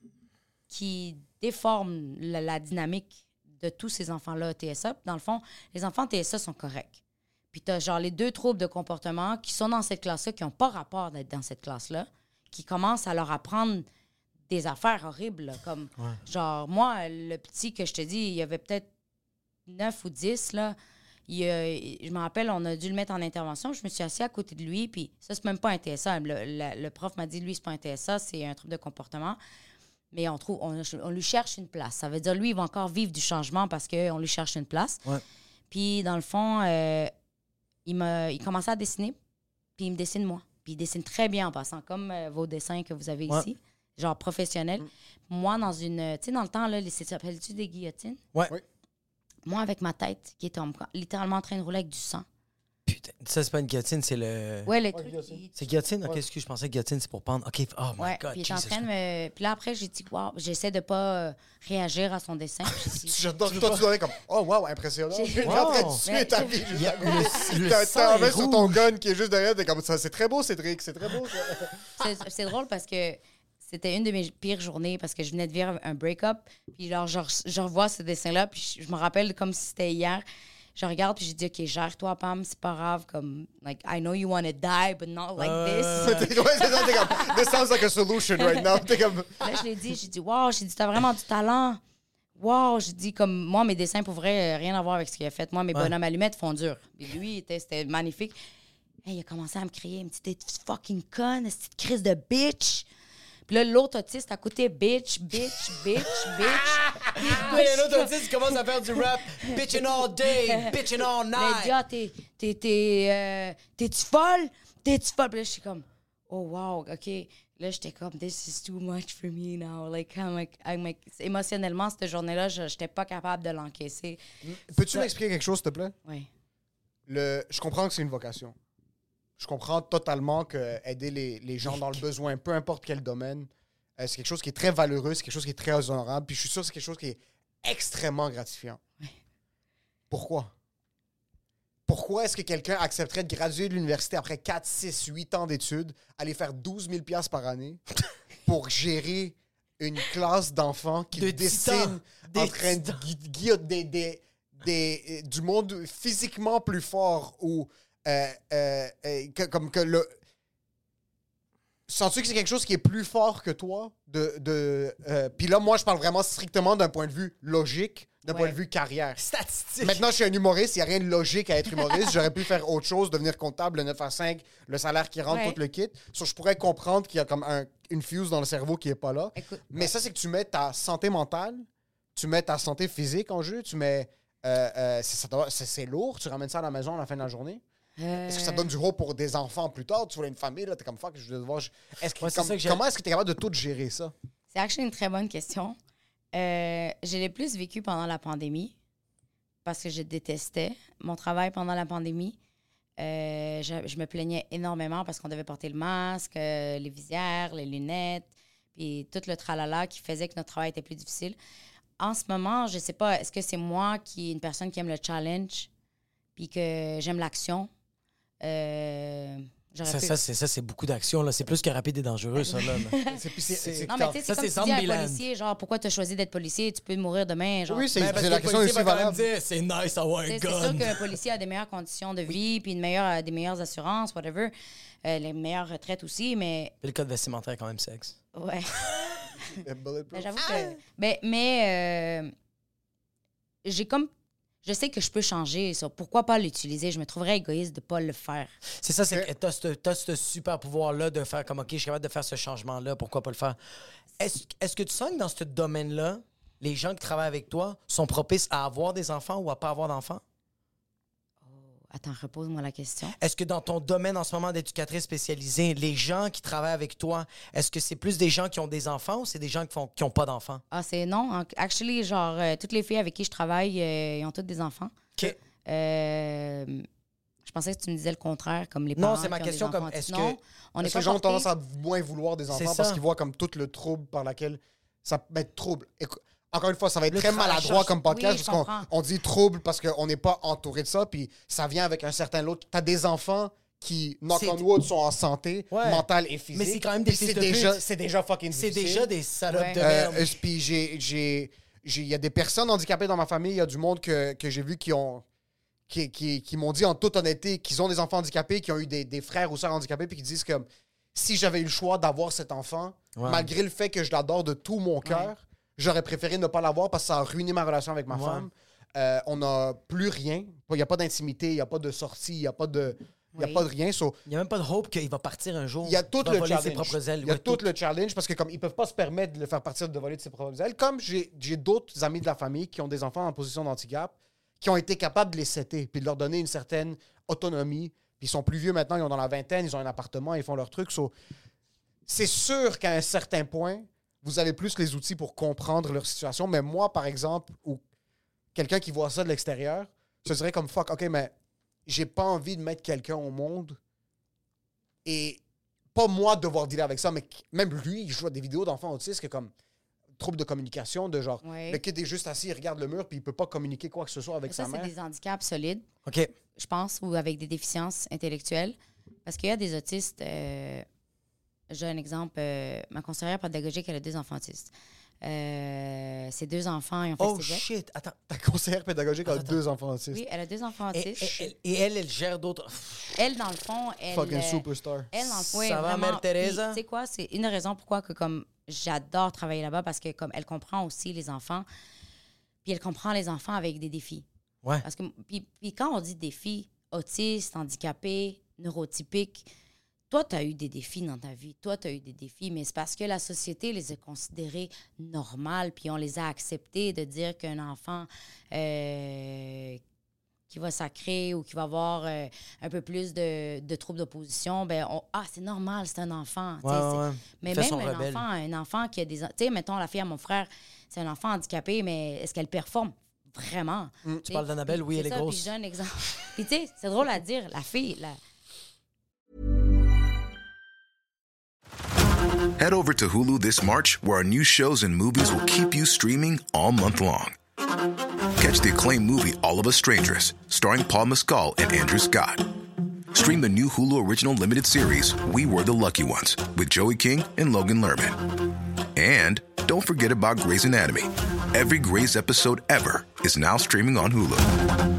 qui déforment la dynamique de tous ces enfants-là TSA. Dans le fond, les enfants TSA sont corrects. Puis t'as genre les 2 troubles de comportement qui sont dans cette classe-là, qui n'ont pas rapport d'être dans cette classe-là, qui commencent à leur apprendre des affaires horribles, là, comme genre, moi, le petit que je te dis, il y avait peut-être 9 ou 10, là. Je me rappelle, on a dû le mettre en intervention. Je me suis assise à côté de lui, puis ça, c'est même pas un TSA. Le prof m'a dit, lui, c'est pas un TSA, c'est un trouble de comportement. Mais on lui cherche une place. Ça veut dire, lui, il va encore vivre du changement parce qu'on lui cherche une place. Ouais. Puis, dans le fond, il commençait à dessiner, puis il me dessine moi. Puis il dessine très bien en passant, comme vos dessins que vous avez ici, genre professionnels. Moi, dans une... Tu sais, dans le temps, là, ça s'appelle-tu des guillotines? Ouais. Oui. Moi, avec ma tête, qui était littéralement en train de rouler avec du sang. Putain, ça, c'est pas une guillotine, c'est le... Ouais, le truc... guillotine. C'est guillotine? Ok, excuse, je pensais que guillotine, c'est pour pendre. Ok, oh my Ouais, God, puis il est en Jesus. train de me... Puis là, après, j'ai dit, wow, j'essaie de pas réagir à son dessin. Puis j'ai dit, Toi, tu dois être comme « Oh, wow, impressionnant. » J'ai- J'ai en train de Wow. tuer ta vie. Il y a le T'as sang un est main sur ton rouge. gun qui est juste derrière. T'es comme ça. C'est très beau, Cédric. C'est très beau. ça. c'est drôle parce que c'était une de mes pires journées parce que je venais de vivre un break-up. Puis genre, je revois ce dessin-là, puis je me rappelle comme si c'était hier. Je regarde, puis j'ai dit, OK, gère-toi, Pam, c'est pas grave. Comme, like, I know you want to die, but not like this. T'es- ouais, c'est ça, t'es comme, this sounds like a solution right now. T'es comme... Là, je l'ai dit, j'ai dit, wow, j'ai dit, t'as vraiment du talent. Wow, j'ai dit, comme, moi, mes dessins, pour vrai, rien à voir avec ce qu'il a fait. Moi, mes bonhommes allumettes font dur. Puis lui, c'était magnifique. Hey, il a commencé à me crier, il me dit, t'es fucking conne, cette petite crise de bitch. Puis là, l'autre autiste à côté, bitch, bitch, bitch, bitch. Ah, il y a un autre autiste qui commence à faire du rap. Bitchin' all day, bitchin' all Là, il dit, night. ah, t'es-tu folle? T'es-tu folle? Puis là, je suis comme, oh, wow, OK. Là, j'étais comme, this is too much for me now. Like, émotionnellement, cette journée-là, je n'étais pas capable de l'encaisser. Peux-tu m'expliquer quelque chose, s'il te plaît? Oui. Je comprends que c'est une vocation. Je comprends totalement que aider les gens dans le besoin, peu importe quel domaine, c'est quelque chose qui est très valeureux, c'est quelque chose qui est très honorable, puis je suis sûr que c'est quelque chose qui est extrêmement gratifiant. Pourquoi? Pourquoi est-ce que quelqu'un accepterait de graduer de l'université après 4, 6, 8 ans d'études, aller faire 12 000 $ par année pour gérer une classe d'enfants qui dessinent en train de guider du monde physiquement plus fort ou comme que le... Sens-tu que c'est quelque chose qui est plus fort que toi? Puis là, moi, je parle vraiment strictement d'un point de vue logique, d'un point de vue carrière. Statistique. Maintenant, je suis un humoriste, il n'y a rien de logique à être humoriste. J'aurais pu faire autre chose, devenir comptable, le 9 à 5, le salaire qui rentre, tout le kit. So, je pourrais comprendre qu'il y a comme une fuse dans le cerveau qui n'est pas là. Écoute, mais ça, c'est que tu mets ta santé mentale, tu mets ta santé physique en jeu, tu mets... c'est lourd, tu ramènes ça à la maison à la fin de la journée. Est-ce que ça donne du hope pour des enfants plus tard? Tu vois une famille, là, t'es comme fuck, je vais devoir... Comment est-ce que t'es capable de tout gérer ça? C'est actually une très bonne question. Je l'ai plus vécu pendant la pandémie parce que je détestais mon travail pendant la pandémie. Je me plaignais énormément parce qu'on devait porter le masque, les visières, les lunettes, puis tout le tralala qui faisait que notre travail était plus difficile. En ce moment, je sais pas, est-ce que c'est moi qui est une personne qui aime le challenge puis que j'aime l'action? C'est beaucoup d'action, là. C'est plus que rapide et dangereux, ça, là. Non, mais tu sais, c'est comme tu dis à un policier, genre, pourquoi tu as choisi d'être policier? Tu peux mourir demain, genre. Oui, c'est parce que la le question policier aussi va quand même valable. dire, c'est nice d'avoir un C'est gun. sûr qu'un policier a des meilleures conditions de vie, puis des meilleures assurances, whatever. Les meilleures retraites aussi, mais... Puis le code vestimentaire est quand même sexe. Ouais. Bulletproof. J'avoue que... Mais j'ai comme... Je sais que je peux changer ça. Pourquoi pas l'utiliser? Je me trouverais égoïste de ne pas le faire. C'est ça, c'est que t'as ce super pouvoir-là de faire comme, OK, je suis capable de faire ce changement-là, pourquoi pas le faire? Est-ce que tu sens que dans ce domaine-là, les gens qui travaillent avec toi sont propices à avoir des enfants ou à pas avoir d'enfants? Attends, repose-moi la question. Est-ce que dans ton domaine en ce moment d'éducatrice spécialisée, les gens qui travaillent avec toi, est-ce que c'est plus des gens qui ont des enfants ou c'est des gens qui ont pas d'enfants? Ah, c'est non. Actually, genre, toutes les filles avec qui je travaille, ils ont toutes des enfants. OK. Je pensais que tu me disais le contraire, comme les parents. Non, c'est ma qui ont question, des enfants. comme, est-ce Non, que... on n'est Est-ce pas que les gens ont portés. tendance à moins vouloir des enfants parce qu'ils voient comme tout le trouble par laquelle ça peut être trouble? Encore une fois, ça va être Le très maladroit comme podcast Oui, je parce comprends. qu'on dit trouble parce qu'on n'est pas entouré de ça, puis ça vient avec un certain lot. T'as des enfants qui, knock on wood, sont en santé mentale et physique. Mais c'est quand même des Puis fils de pute. c'est déjà fucking C'est difficile. déjà des salopes Ouais. de merde. Puis il y a des personnes handicapées dans ma famille, il y a du monde que j'ai vu qui m'ont dit en toute honnêteté qu'ils ont des enfants handicapés, qui ont eu des frères ou sœurs handicapés, puis qui disent que si j'avais eu le choix d'avoir cet enfant, malgré le fait que je l'adore de tout mon cœur, j'aurais préféré ne pas l'avoir parce que ça a ruiné ma relation avec ma femme. On n'a plus rien. Il n'y a pas d'intimité, il n'y a pas de sortie, il n'y a pas de... Il n'y a pas de rien. Il n'y a même pas de hope qu'il va partir un jour. Il y a tout qu'il va le voler challenge. ses propres ailes. Il y a Ouais, tout le challenge parce que comme ils peuvent pas se permettre de le faire partir de voler de ses propres ailes. Comme j'ai d'autres amis de la famille qui ont des enfants en position d'handicap, qui ont été capables de les setter puis de leur donner une certaine autonomie. Puis ils sont plus vieux maintenant, ils ont dans la vingtaine, ils ont un appartement, ils font leur truc. C'est sûr qu'à un certain point, vous avez plus les outils pour comprendre leur situation. Mais moi, par exemple, ou quelqu'un qui voit ça de l'extérieur, je dirais comme fuck, OK, mais j'ai pas envie de mettre quelqu'un au monde et pas moi devoir dealer avec ça, mais même lui, il joue à des vidéos d'enfants autistes que comme trouble de communication, de genre, le kid est juste assis, il regarde le mur, puis il peut pas communiquer quoi que ce soit avec Ça, sa mère. c'est des handicaps solides, OK. je pense, ou avec des déficiences intellectuelles. Parce qu'il y a des autistes... j'ai un exemple. Ma conseillère pédagogique, elle a 2 enfants autistes. Ses 2 enfants, ils ont fait Oh cégep. shit, attends. Ta conseillère pédagogique a 2 enfants autistes. Oui, elle a 2 enfants autistes. Et elle gère d'autres... Elle, dans le fond, elle... Fucking superstar. Elle, dans le fond, Ça va, Mère Teresa? Tu sais quoi, c'est une raison pourquoi que, comme, j'adore travailler là-bas, parce que comme elle comprend aussi les enfants, puis elle comprend les enfants avec des défis. Ouais. Parce que, puis quand on dit défis, autistes, handicapés, neurotypiques, toi, tu as eu des défis dans ta vie. Toi, tu as eu des défis, mais c'est parce que la société les a considérés normales, puis on les a acceptés de dire qu'un enfant qui va sacrer ou qui va avoir un peu plus de troubles d'opposition, ben c'est normal, c'est un enfant. Mais même un enfant qui a des... Tu sais, mettons, la fille à mon frère, c'est un enfant handicapé, mais est-ce qu'elle performe? Vraiment. Tu parles d'Annabelle, oui, elle est grosse. Puis j'ai un exemple. Puis tu sais, c'est drôle à dire, la fille... Head over to Hulu this March, where our new shows and movies will keep you streaming all month long. catch the acclaimed movie All of Us Strangers, starring Paul Mescal and Andrew Scott. Stream the new Hulu original limited series We Were the Lucky Ones with Joey King and Logan Lerman. And don't forget about Grey's Anatomy. Every Grey's episode ever is now streaming on Hulu.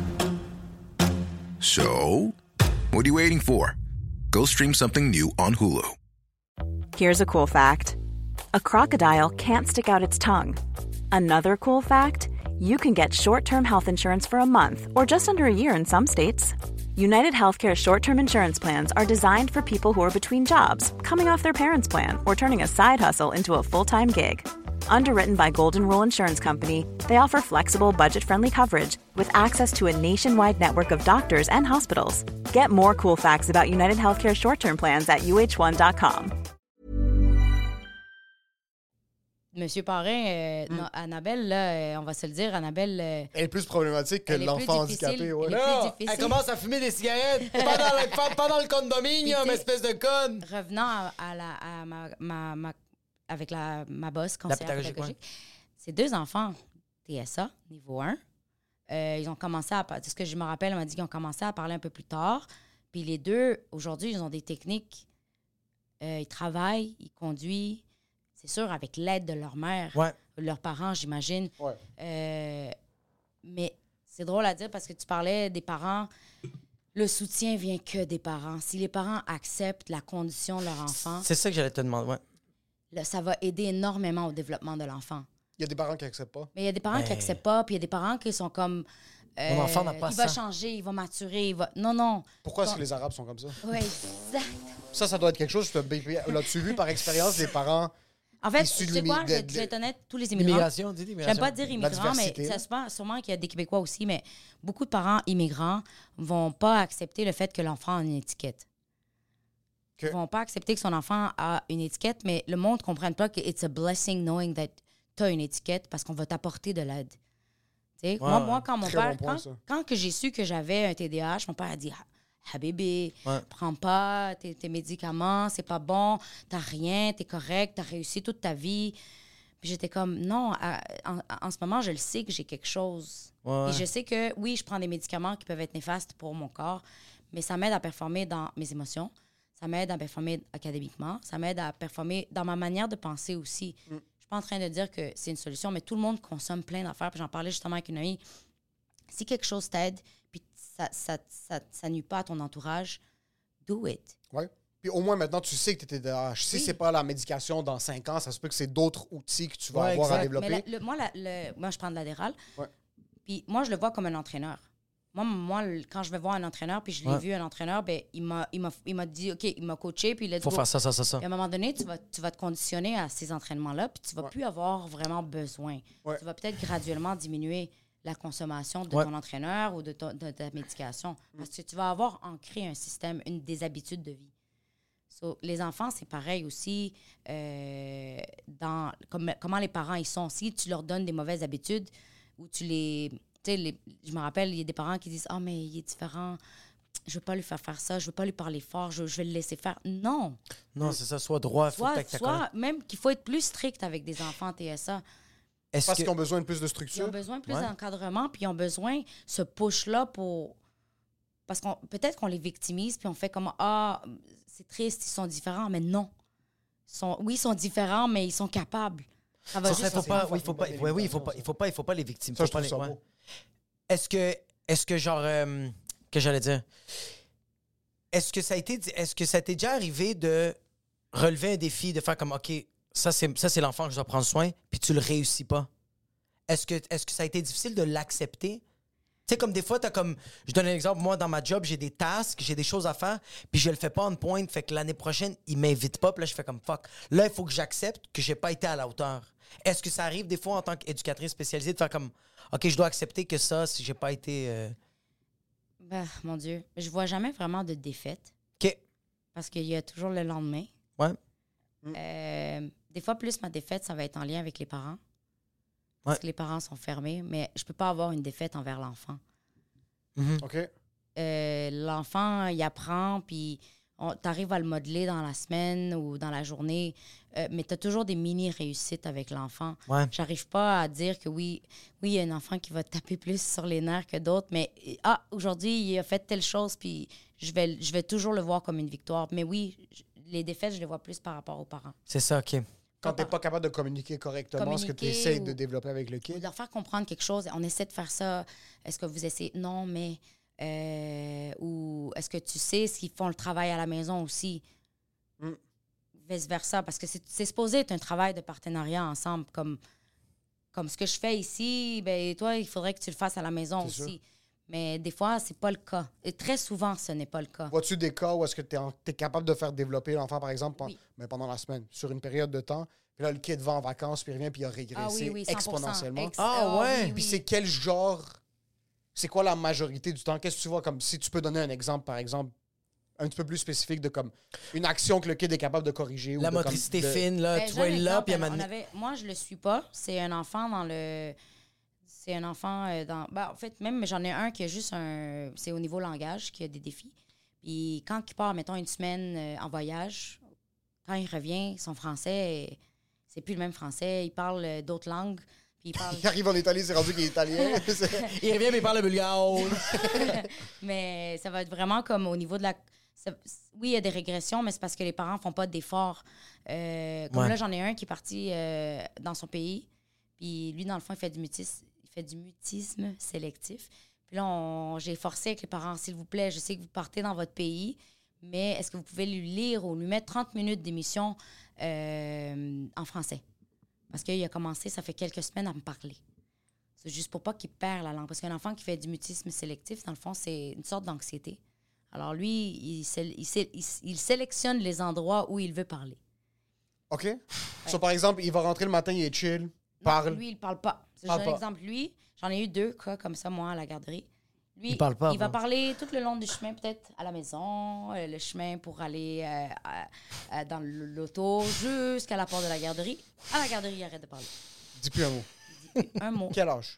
So, what are you waiting for? Go stream something new on Hulu. Here's a cool fact. A crocodile can't stick out its tongue. Another cool fact, you can get short-term health insurance for a month or just under a year in some states. United Healthcare short-term insurance plans are designed for people who are between jobs, coming off their parents' plan, or turning a side hustle into a full-time gig. Underwritten by Golden Rule Insurance Company, they offer flexible, budget-friendly coverage with access to a nationwide network of doctors and hospitals. Get more cool facts about United Healthcare short-term plans at uh1.com. Monsieur Parrain, Annabelle, là, on va se le dire, Annabelle... elle est plus problématique que l'enfant handicapé. Ouais. Elle commence à fumer des cigarettes pendant le condominium, espèce de conne. Revenant avec ma boss conseillère pédagogique, c'est 2 enfants TSA, niveau 1. Ils ont commencé à... Ce que je me rappelle, elle m'a dit qu'ils ont commencé à parler un peu plus tard. Puis les 2, aujourd'hui, ils ont des techniques. Ils travaillent, ils conduisent. C'est sûr, avec l'aide de leur mère, leurs parents, j'imagine. Ouais. Mais c'est drôle à dire parce que tu parlais des parents. Le soutien vient que des parents. Si les parents acceptent la condition de leur enfant... C'est ça que j'allais te demander, ouais. Là, ça va aider énormément au développement de l'enfant. Il y a des parents qui n'acceptent pas. Mais il y a des parents qui n'acceptent pas, puis il y a des parents qui sont comme... Mon enfant n'a pas il ça. va changer, il va maturer, il va... Non. Pourquoi est-ce que les Arabes sont comme ça? Oui, exact. Ça doit être quelque chose... L'as-tu vu par expérience des parents... En fait, tu sais quoi, je vais être honnête, tous les immigrants... L'immigration, j'aime pas dire immigrants, mais c'est sûrement qu'il y a des Québécois aussi, mais beaucoup de parents immigrants vont pas accepter le fait que l'enfant a une étiquette. Ils vont pas accepter que son enfant a une étiquette, mais le monde ne comprenne pas que it's a blessing knowing that tu as une étiquette parce qu'on va t'apporter de l'aide. Ouais, moi, quand mon père... Quand que j'ai su que j'avais un TDAH, mon père a dit... Bébé, prends pas tes médicaments, c'est pas bon, t'as rien, t'es correct, t'as réussi toute ta vie. Puis j'étais comme, non, en ce moment, je le sais que j'ai quelque chose. Et je sais que, oui, je prends des médicaments qui peuvent être néfastes pour mon corps, mais ça m'aide à performer dans mes émotions, ça m'aide à performer académiquement, ça m'aide à performer dans ma manière de penser aussi. Je suis pas en train de dire que c'est une solution, mais tout le monde consomme plein d'affaires. Puis j'en parlais justement avec une amie. Si quelque chose t'aide, puis ça nuit pas à ton entourage, do it. Oui. Puis au moins maintenant, tu sais que tu es TDAH. Si c'est pas la médication dans 5 ans, ça se peut que c'est d'autres outils que tu vas avoir à développer. Mais moi, je prends de l'Adderall. Puis moi, je le vois comme un entraîneur. Moi, quand je vais voir un entraîneur, puis je l'ai vu, un entraîneur, ben, il m'a dit, OK, il m'a coaché, puis il a dit... Faut faire ça. Et à un moment donné, tu vas te conditionner à ces entraînements-là, puis tu vas plus avoir vraiment besoin. Tu vas peut-être graduellement diminuer la consommation de ton entraîneur ou de ta médication. Parce que tu vas avoir ancré un système, des habitudes de vie. Les enfants, c'est pareil aussi. Comment les parents ils sont. Si tu leur donnes des mauvaises habitudes ou tu les... je me rappelle, il y a des parents qui disent « Ah, mais il est différent. Je ne veux pas lui faire ça. Je ne veux pas lui parler fort. Je vais le laisser faire. » Non. Non, c'est ça. Sois droit. Soit même qu'il faut être plus strict avec des enfants TSA. Parce qu'ils ont besoin de plus de structure. Ils ont besoin de plus d'encadrement, puis ils ont besoin de ce push-là pour... Parce qu'on peut-être qu'on les victimise, puis on fait comme « Ah, c'est triste, ils sont différents. » Mais non. Ils sont différents, mais ils sont capables. Ça va juste... Il faut pas les victimes. Ça, je trouve ça beau. Est-ce que genre... que j'allais dire... Est-ce que ça t'est déjà arrivé de relever un défi, de faire comme « OK... Ça, c'est l'enfant que je dois prendre soin, puis tu le réussis pas. Est-ce que ça a été difficile de l'accepter? Tu sais, comme des fois, je donne un exemple, moi, dans ma job, j'ai des tasks, j'ai des choses à faire, puis je le fais pas on point, fait que l'année prochaine, il m'invite pas, puis là, je fais comme fuck. Là, il faut que j'accepte que j'ai pas été à la hauteur. Est-ce que ça arrive des fois, en tant qu'éducatrice spécialisée, de faire comme, OK, je dois accepter que ça, si j'ai pas été... mon Dieu, je vois jamais vraiment de défaite. OK. Parce qu'il y a toujours le lendemain. Ouais. Des fois, plus ma défaite, ça va être en lien avec les parents. Parce que les parents sont fermés. Mais je peux pas avoir une défaite envers l'enfant. OK. L'enfant, il apprend, puis T'arrives à le modeler dans la semaine ou dans la journée, mais t'as toujours des mini-réussites avec l'enfant. Ouais. J'arrive pas à dire que oui, il y a un enfant qui va taper plus sur les nerfs que d'autres, mais aujourd'hui, il a fait telle chose, puis je vais toujours le voir comme une victoire. Mais oui, les défaites, je les vois plus par rapport aux parents. C'est ça, OK. Quand t'es pas capable de communiquer correctement ce que tu essaies de développer avec le Ou kid. de leur faire comprendre quelque chose. On essaie de faire ça. Est-ce que vous essayez? Non, mais... ou est-ce que tu sais s'ils font le travail à la maison aussi? Vice-versa. Parce que c'est supposé être un travail de partenariat ensemble. Comme ce que je fais ici, ben toi, il faudrait que tu le fasses à la maison C'est aussi. sûr. Mais des fois, c'est pas le cas. Et très souvent, ce n'est pas le cas. Vois-tu des cas où est-ce que tu es capable de faire développer l'enfant, par exemple, Oui. pendant la semaine, sur une période de temps, puis là, le kid va en vacances, puis il revient, puis il a régressé 100%. exponentiellement. Oui, Puis oui. c'est quel genre... C'est quoi la majorité du temps? Qu'est-ce que tu vois comme... Si tu peux donner un exemple, par exemple, un petit peu plus spécifique de comme une action que le kid est capable de corriger. La ou de, motricité comme, fine, là, Ben, tu j'ai vois, un là, exemple, puis à un moment donné- moi, je le suis pas. C'est un enfant dans le... C'est un enfant dans... Ben, en fait, même j'en ai un qui a juste un... C'est au niveau langage qui a des défis. Puis quand il part, mettons, une semaine en voyage, quand il revient, son français, c'est plus le même français. Il parle d'autres langues. Puis il parle... Il arrive en Italie, c'est rendu qu'il est italien. Il revient, mais il parle le bulgare. Mais ça va être vraiment comme au niveau de la... Oui, il y a des régressions, mais c'est parce que les parents font pas d'efforts. Comme Ouais. là, j'en ai un qui est parti dans son pays. Puis lui, dans le fond, il fait du mutisme sélectif. Puis là, j'ai forcé avec les parents, s'il vous plaît, je sais que vous partez dans votre pays, mais est-ce que vous pouvez lui lire ou lui mettre 30 minutes d'émission en français? Parce qu'il a commencé, ça fait quelques semaines, à me parler. C'est juste pour pas qu'il perde la langue. Parce qu'un enfant qui fait du mutisme sélectif, dans le fond, c'est une sorte d'anxiété. Alors lui, il sélectionne les endroits où il veut parler. OK? So, par exemple, il va rentrer le matin, il est chill, parle. Non, lui, il parle pas. Je Parle donne un pas. exemple. Lui, j'en ai eu 2 cas comme ça, moi, à la garderie. Lui, Il parle pas, il va bro. parler tout le long du chemin, peut-être à la maison, le chemin pour aller dans l'auto, jusqu'à la porte de la garderie. À la garderie, il arrête de parler. Dis plus un mot. Il dit plus un mot. Quel âge?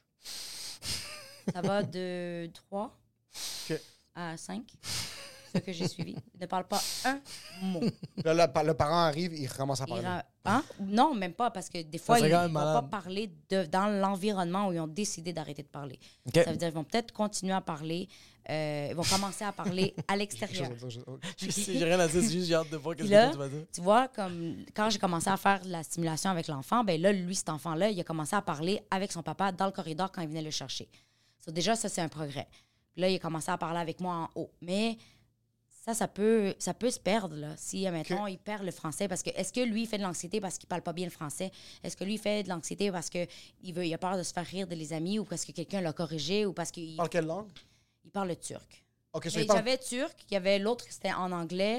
Ça va de 3 OK. à 5, ce que j'ai suivi. Il ne parle pas un mot. Là, le parent arrive, il commence à parler. Hein? Non, même pas, parce que des fois, serait ils quand ne même vont pas malade. parler dans l'environnement où ils ont décidé d'arrêter de parler. OK. Ça veut dire qu'ils vont peut-être continuer à parler, ils vont commencer à parler à l'extérieur. J'ai rien à dire, c'est juste j'ai hâte de voir Puis qu'est-ce là, que tu vas dire. tu vois, comme quand j'ai commencé à faire la stimulation avec l'enfant, ben là, lui, cet enfant-là, il a commencé à parler avec son papa dans le corridor quand il venait le chercher. So, déjà, ça, c'est un progrès. Puis là, il a commencé à parler avec moi en haut. Mais ça peut se perdre, là. Si, admettons, il perd le français, parce que est-ce que lui, il fait de l'anxiété parce qu'il parle pas bien le français? Est-ce que lui, il fait de l'anxiété parce qu'il a peur de se faire rire de les amis ou parce que quelqu'un l'a corrigé ou parce qu'il Parle quelle langue? il parle le turc? OK, so Mais il parle... j'avais turc, il y avait l'autre qui c'était en anglais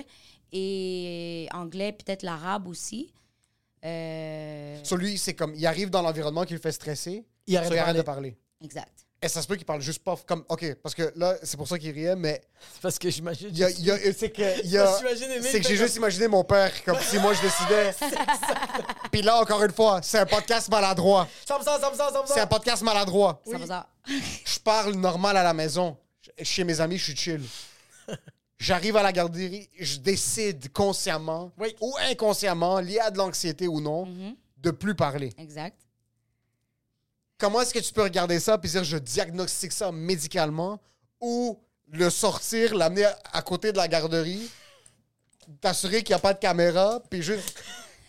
et anglais, peut-être l'arabe aussi. So, lui, c'est comme, il arrive dans l'environnement qui le fait stresser, Il arrête so, de il arrête de parler. parler. Exact. Et ça se peut qu'il parle juste pas comme... OK, parce que là, c'est pour ça qu'il riait, mais C'est parce que j'imagine. c'est que... il y a- J'imagine Émile c'est que fait j'ai juste imaginé mon père comme si moi, je décidais. Puis là, encore une fois, c'est un podcast maladroit. C'est un podcast maladroit. Ça va ça. Je parle normal à la maison. Chez mes amis, je suis chill. J'arrive à la garderie, je décide consciemment ou inconsciemment, lié à de l'anxiété ou non, de plus parler. Exact. Comment est-ce que tu peux regarder ça puis dire je diagnostique ça médicalement ou le sortir, l'amener à côté de la garderie, t'assurer qu'il n'y a pas de caméra, puis juste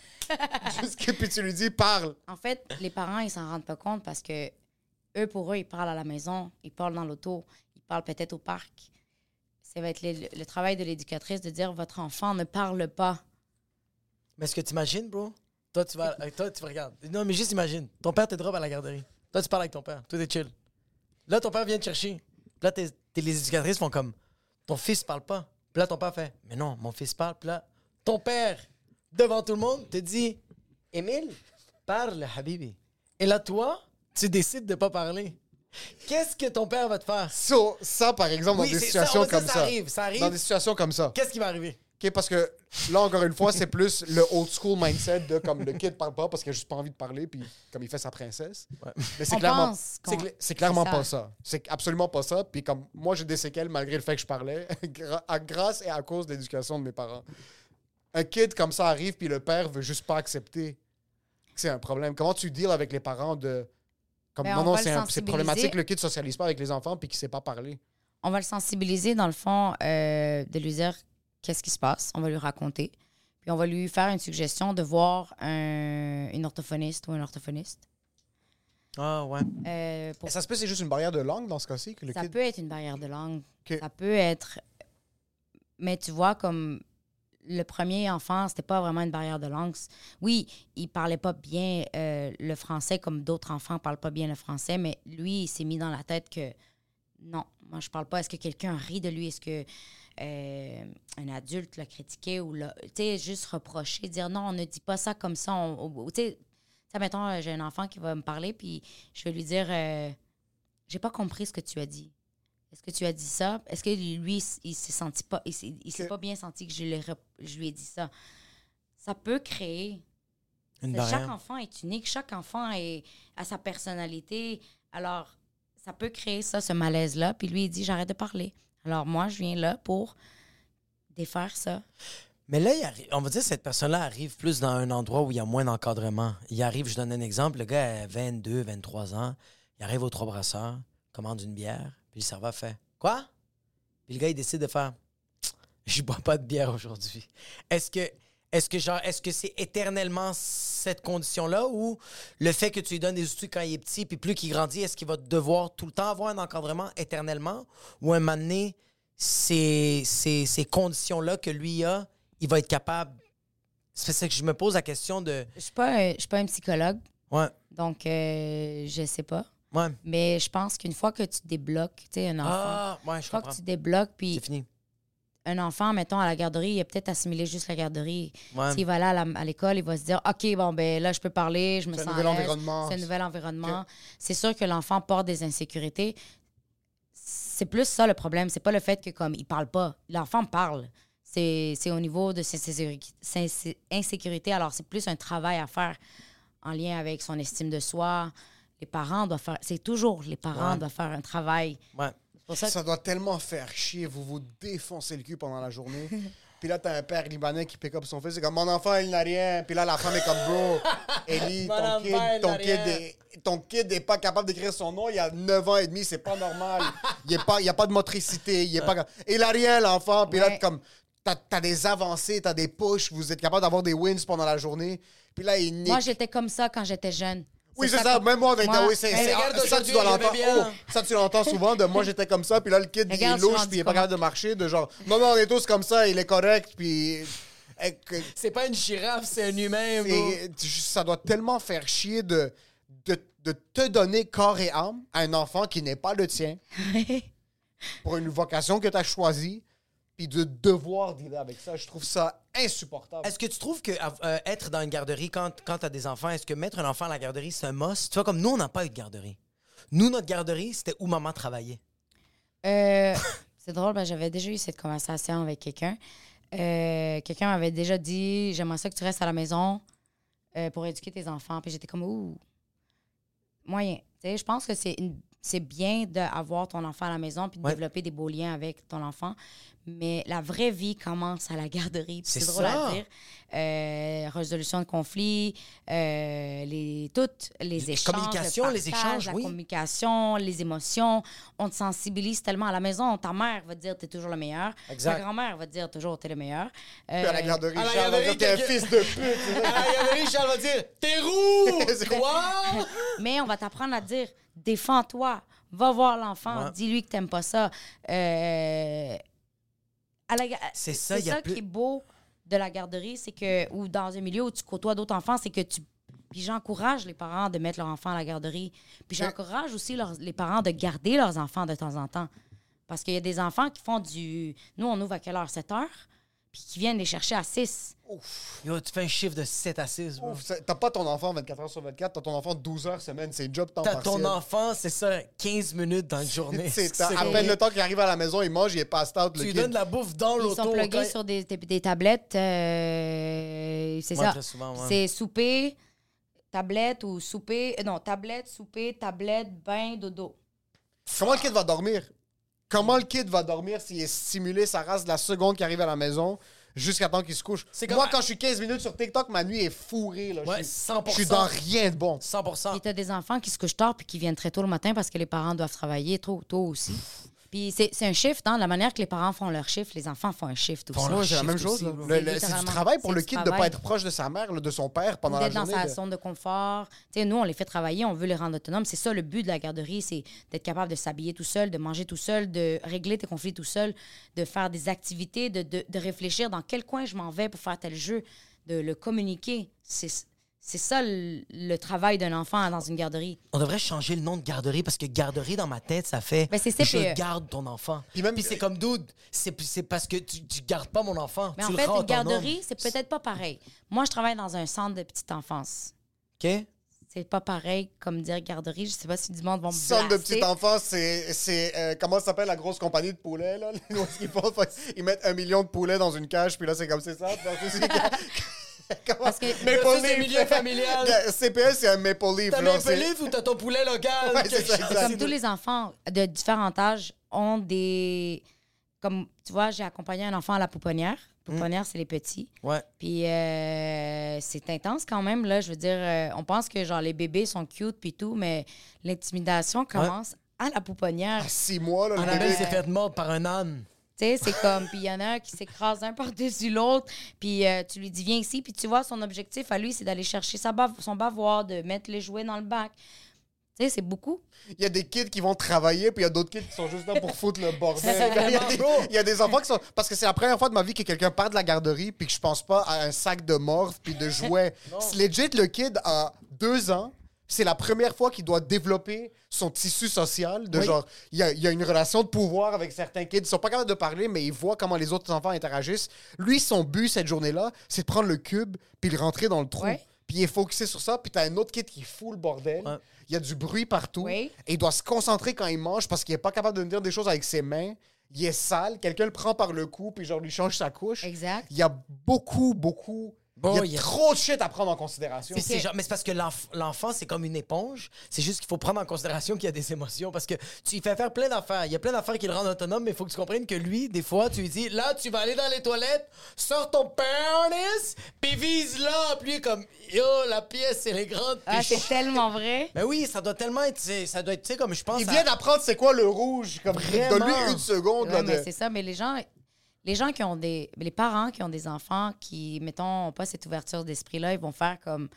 que puis tu lui dis parle. En fait, les parents, ils s'en rendent pas compte parce que pour eux, ils parlent à la maison, ils parlent dans l'auto, ils parlent peut-être au parc. Ça va être le travail de l'éducatrice de dire votre enfant ne parle pas. Mais est-ce que tu imagines, bro? Toi, tu vas regarder. Non, mais juste imagine. Ton père te drop à la garderie. Toi, tu parles avec ton père. Toi, t'es chill. Là, ton père vient te chercher. Puis là, les éducatrices font comme ton fils parle pas. Puis là, ton père fait mais non, mon fils parle. Puis là, ton père, devant tout le monde, te dit Émile, parle, Habibi. Et là, toi, tu décides de pas parler. Qu'est-ce que ton père va te faire? Ça, par exemple, Oui, dans des c'est situations ça, comme ça ça. arrive, ça arrive. Dans des situations comme ça. Qu'est-ce qui va arriver? OK, parce que là, encore une fois, c'est plus le old school mindset de comme le kid parle pas parce qu'il a juste pas envie de parler, puis comme il fait sa princesse. Ouais. Mais c'est On clairement, pense qu'on- c'est clairement c'est pas ça. ça. C'est absolument pas ça. Puis comme moi, j'ai des séquelles malgré le fait que je parlais, grâce et à cause de l'éducation de mes parents. Un kid comme ça arrive, puis le père veut juste pas accepter que c'est un problème. Comment tu deals avec les parents de... Comme, Ben, non, on non, va le c'est sensibiliser. problématique, le kid socialise pas avec les enfants, puis qu'il sait pas parler. On va le sensibiliser, dans le fond, de lui dire qu'est-ce qui se passe. On va lui raconter. Puis on va lui faire une suggestion de voir une orthophoniste ou un orthophoniste. Ah, ouais. Pour- Et ça se peut, c'est juste une barrière de langue dans ce cas-ci? Que le Ça kid... peut être une barrière de langue. Ok. Ça peut être... Mais tu vois, comme le premier enfant, c'était pas vraiment une barrière de langue. Oui, il parlait pas bien le français comme d'autres enfants parlent pas bien le français, mais lui, il s'est mis dans la tête que non, moi, je parle pas. Est-ce que quelqu'un rit de lui? Est-ce que un adulte l'a critiqué ou l'a... Tu sais, juste reprocher, dire non, on ne dit pas ça comme ça. Tu sais, mettons, j'ai un enfant qui va me parler, puis je vais lui dire j'ai pas compris ce que tu as dit. Est-ce que tu as dit ça? Est-ce que lui, il s'est senti pas... Il s'est pas bien senti que je lui ai dit ça? Ça peut créer... Une Chaque barrière. enfant est unique. Chaque enfant a sa personnalité. Alors, ça peut créer ça, ce malaise-là. Puis lui, il dit, j'arrête de parler. Alors moi, je viens là pour défaire ça. Mais là, on va dire que cette personne-là arrive plus dans un endroit où il y a moins d'encadrement. Il arrive, je donne un exemple, le gars a 22, 23 ans, il arrive aux Trois Brasseurs, commande une bière, puis le serveur fait « Quoi? » Puis le gars, il décide de faire « Je bois pas de bière aujourd'hui. » Est-ce que c'est éternellement cette condition-là ou le fait que tu lui donnes des outils quand il est petit, puis plus qu'il grandit, est-ce qu'il va devoir tout le temps avoir un encadrement éternellement ou un moment donné, ces conditions-là que lui a, il va être capable... C'est ça que je me pose la question de... Je suis pas un psychologue, Ouais, donc je sais pas. ouais. Mais je pense qu'une fois que tu débloques, tu sais, un enfant, Ah, ouais, une je fois comprends. que tu débloques, puis C'est fini. un enfant, mettons, à la garderie, il a peut-être assimilé juste la garderie. Ouais. S'il va aller à l'école, il va se dire, OK, bon, ben là, je peux parler, je me C'est un sens nouvel à l'aise. environnement. C'est un nouvel environnement. Ok. C'est sûr que l'enfant porte des insécurités. C'est plus ça le problème. C'est pas le fait que, comme, il parle pas. L'enfant parle. C'est au niveau de ses insécurités. Alors, c'est plus un travail à faire en lien avec son estime de soi. Les parents doivent faire... C'est toujours les parents doivent faire un travail. Ouais. C'est pour ça que Ça doit tellement faire chier, vous vous défoncez le cul pendant la journée. Puis là, t'as un père libanais qui pick up son fils, c'est comme, mon enfant, il n'a rien. Puis là, la femme est comme, bro, Ellie, ton kid est pas capable d'écrire son nom, il a 9 ans et demi, c'est pas normal. Il n'y a pas de motricité, il a rien, l'enfant. Puis là, Ouais. comme, t'as des avancées, t'as des pushs, vous êtes capable d'avoir des wins pendant la journée. Puis là, il nique. moi, j'étais comme ça quand j'étais jeune. Oui, c'est ça. Même moi, on était. Moi, Oui, c'est, hey, regarde, ça, tu aujourd'hui, dois il l'entendre. va bien. Ça, tu l'entends souvent de moi, j'étais comme ça. Puis là, le kid, il est Regarde, tu louche, rendu puis il est pas comment? capable de marcher. De genre, non, on est tous comme ça, il est correct. Puis. C'est pas une girafe, c'est un humain, bro. Ça doit tellement faire chier de te donner corps et âme à un enfant qui n'est pas le tien pour une vocation que tu as choisie, puis de devoir dealer avec ça. Je trouve ça insupportable. Est-ce que tu trouves que être dans une garderie, quand tu as des enfants, est-ce que mettre un enfant à la garderie, c'est un must? Tu vois, comme nous, on n'a pas eu de garderie. Nous, notre garderie, c'était où maman travaillait. C'est drôle, ben, j'avais déjà eu cette conversation avec quelqu'un. Quelqu'un m'avait déjà dit, j'aimerais ça que tu restes à la maison pour éduquer tes enfants. Puis j'étais comme, ouh, moyen. Tu sais, je pense que c'est bien d'avoir ton enfant à la maison puis de Ouais. développer des beaux liens avec ton enfant. Mais la vraie vie commence à la garderie. Puis C'est c'est drôle ça. à dire. Résolution de conflits, toutes les échanges. Communication, le les partage, échanges, la oui. communication, les émotions. On te sensibilise tellement à la maison. Ta mère va te dire t'es toujours le meilleur. Exact. Ta grand-mère va te dire toujours t'es le meilleur. Puis à la garderie, à la Charles va garderie, dire t'es un quelqu'un- fils de pute. À la garderie, Charles va dire « T'es roux! » C'est Quoi? Mais on va t'apprendre à dire défends-toi, va voir l'enfant, Ouais. dis-lui que t'aimes pas ça. C'est ça, il y a plus- qui est beau de la garderie, c'est que, ou dans un milieu où tu côtoies d'autres enfants, c'est que tu. Puis j'encourage les parents de mettre leurs enfants à la garderie. Puis j'encourage aussi les parents de garder leurs enfants de temps en temps. Parce qu'il y a des enfants qui font du. Nous, on ouvre à quelle heure? 7 heures? puis qui viennent les chercher à 6. Yo, tu fais un chiffre de 7 à 6. bro. T'as pas ton enfant 24 heures sur 24, t'as ton enfant 12 heures semaine, c'est job temps T'as partiel. ton enfant, c'est ça, 15 minutes dans une journée. T'as à peine le temps qu'il arrive à la maison, il mange, il est passed out. Tu le lui kid. donnes de la bouffe dans Ils l'auto. sont plugués quand- sur des tablettes. C'est Ouais, ça. très souvent, ouais. C'est souper, tablette ou souper. Non, tablette, souper, tablette, bain, dodo. Comment le kid va dormir? Comment le kid va dormir s'il est stimulé sa race de la seconde qu'il arrive à la maison jusqu'à temps qu'il se couche? C'est comme- Moi, quand je suis 15 minutes sur TikTok, ma nuit est fourrée. Là. Ouais, Je suis- 100%. Je suis dans rien de bon. 100%. Puis t'as des enfants qui se couchent tard puis qui viennent très tôt le matin parce que les parents doivent travailler trop tôt aussi. Puis c'est un shift, hein? La manière que les parents font leur shift, les enfants font un shift aussi. Ouais, c'est la shift même chose. aussi, là. bro. C'est du Littéralement, travail pour c'est le du kid de travail. pas être proche de sa mère, là, de son père pendant la D'être dans journée. sa là. zone de confort. Tu sais, nous, on les fait travailler, on veut les rendre autonomes. C'est ça le but de la garderie, c'est d'être capable de s'habiller tout seul, de manger tout seul, de régler tes conflits tout seul, de faire des activités, de réfléchir dans quel coin je m'en vais pour faire tel jeu, de le communiquer. C'est ça le travail d'un enfant dans une garderie. On devrait changer le nom de garderie parce que garderie, dans ma tête, ça fait Ben, c'est CPE. je garde ton enfant. Puis même- Puis c'est comme, dude, c'est parce que tu gardes pas mon enfant. Mais tu en le fait, rends une autonome. garderie, c'est peut-être pas pareil. Moi, je travaille dans un centre de petite enfance. OK? C'est pas pareil comme dire garderie. Je sais pas si du monde va me Centre de blaster. petite enfance, c'est comment ça s'appelle la grosse compagnie de poulets, là? Où est-ce qu'ils font? Ils mettent 1 million de poulets dans une cage, puis là, c'est comme c'est ça. Parce que Ça, c'est milieu familial. CPS, c'est un Maple Leaf. T'as là, Maple c'est- Leaf ou t'as ton poulet local? Ouais, c'est ça, exact. comme tous les enfants de différents âges ont des... Comme, tu vois, j'ai accompagné un enfant à la pouponnière. Pouponnière, c'est les petits. Ouais. Puis c'est intense quand même, là. Je veux dire, on pense que, genre, les bébés sont cute puis tout, mais l'intimidation commence à la pouponnière. À 6 mois, là, le Annabelle bébé. s'est faite mordre par un âne. Tu sais, c'est comme... Puis il y en a un qui s'écrase un par-dessus l'autre. Puis tu lui dis, viens ici. Puis tu vois, son objectif à lui, c'est d'aller chercher son bavoir, de mettre les jouets dans le bac. Tu sais, c'est beaucoup. Il y a des kids qui vont travailler, puis il y a d'autres kids qui sont juste là pour foutre le bordel. C'est Il y a vraiment des- bro. il y a des enfants qui sont... Parce que c'est la première fois de ma vie que quelqu'un part de la garderie, puis que je pense pas à un sac de morph puis de jouets. C'est legit, le kid a 2 ans. C'est la première fois qu'il doit développer son tissu social. De genre, il y a une relation de pouvoir avec certains kids. Ils sont pas capables de parler, mais ils voient comment les autres enfants interagissent. Lui, son but cette journée-là, c'est de prendre le cube puis le rentrer dans le trou. Ouais. Puis il est focusé sur ça. Puis t'as un autre kid qui fout le bordel. Ouais. Il y a du bruit partout. Oui. Et il doit se concentrer quand il mange parce qu'il est pas capable de dire des choses avec ses mains. Il est sale. Quelqu'un le prend par le cou puis genre lui change sa couche. Exact. Il y a beaucoup... Bon, il y a trop de shit à prendre en considération. Puis c'est genre, mais c'est parce que l'enfant, c'est comme une éponge. C'est juste qu'il faut prendre en considération qu'il y a des émotions. Parce que tu lui fais faire plein d'affaires. Il y a plein d'affaires qui le rendent autonome, mais il faut que tu comprennes que lui, des fois, tu lui dis, là, tu vas aller dans les toilettes, sors ton pénis, puis vise là. Puis lui, est comme, yo, la pièce, elle est grande. Ah, puis c'est tellement vrai. Mais oui, ça doit tellement être, ça doit être, tu sais, comme je pense. Il vient d'apprendre c'est quoi le rouge. Comme, Vraiment. donne-lui une seconde. Ouais, là, mais de- c'est ça. Mais les gens qui ont les parents qui ont des enfants qui, mettons, n'ont pas cette ouverture d'esprit-là, ils vont faire comme...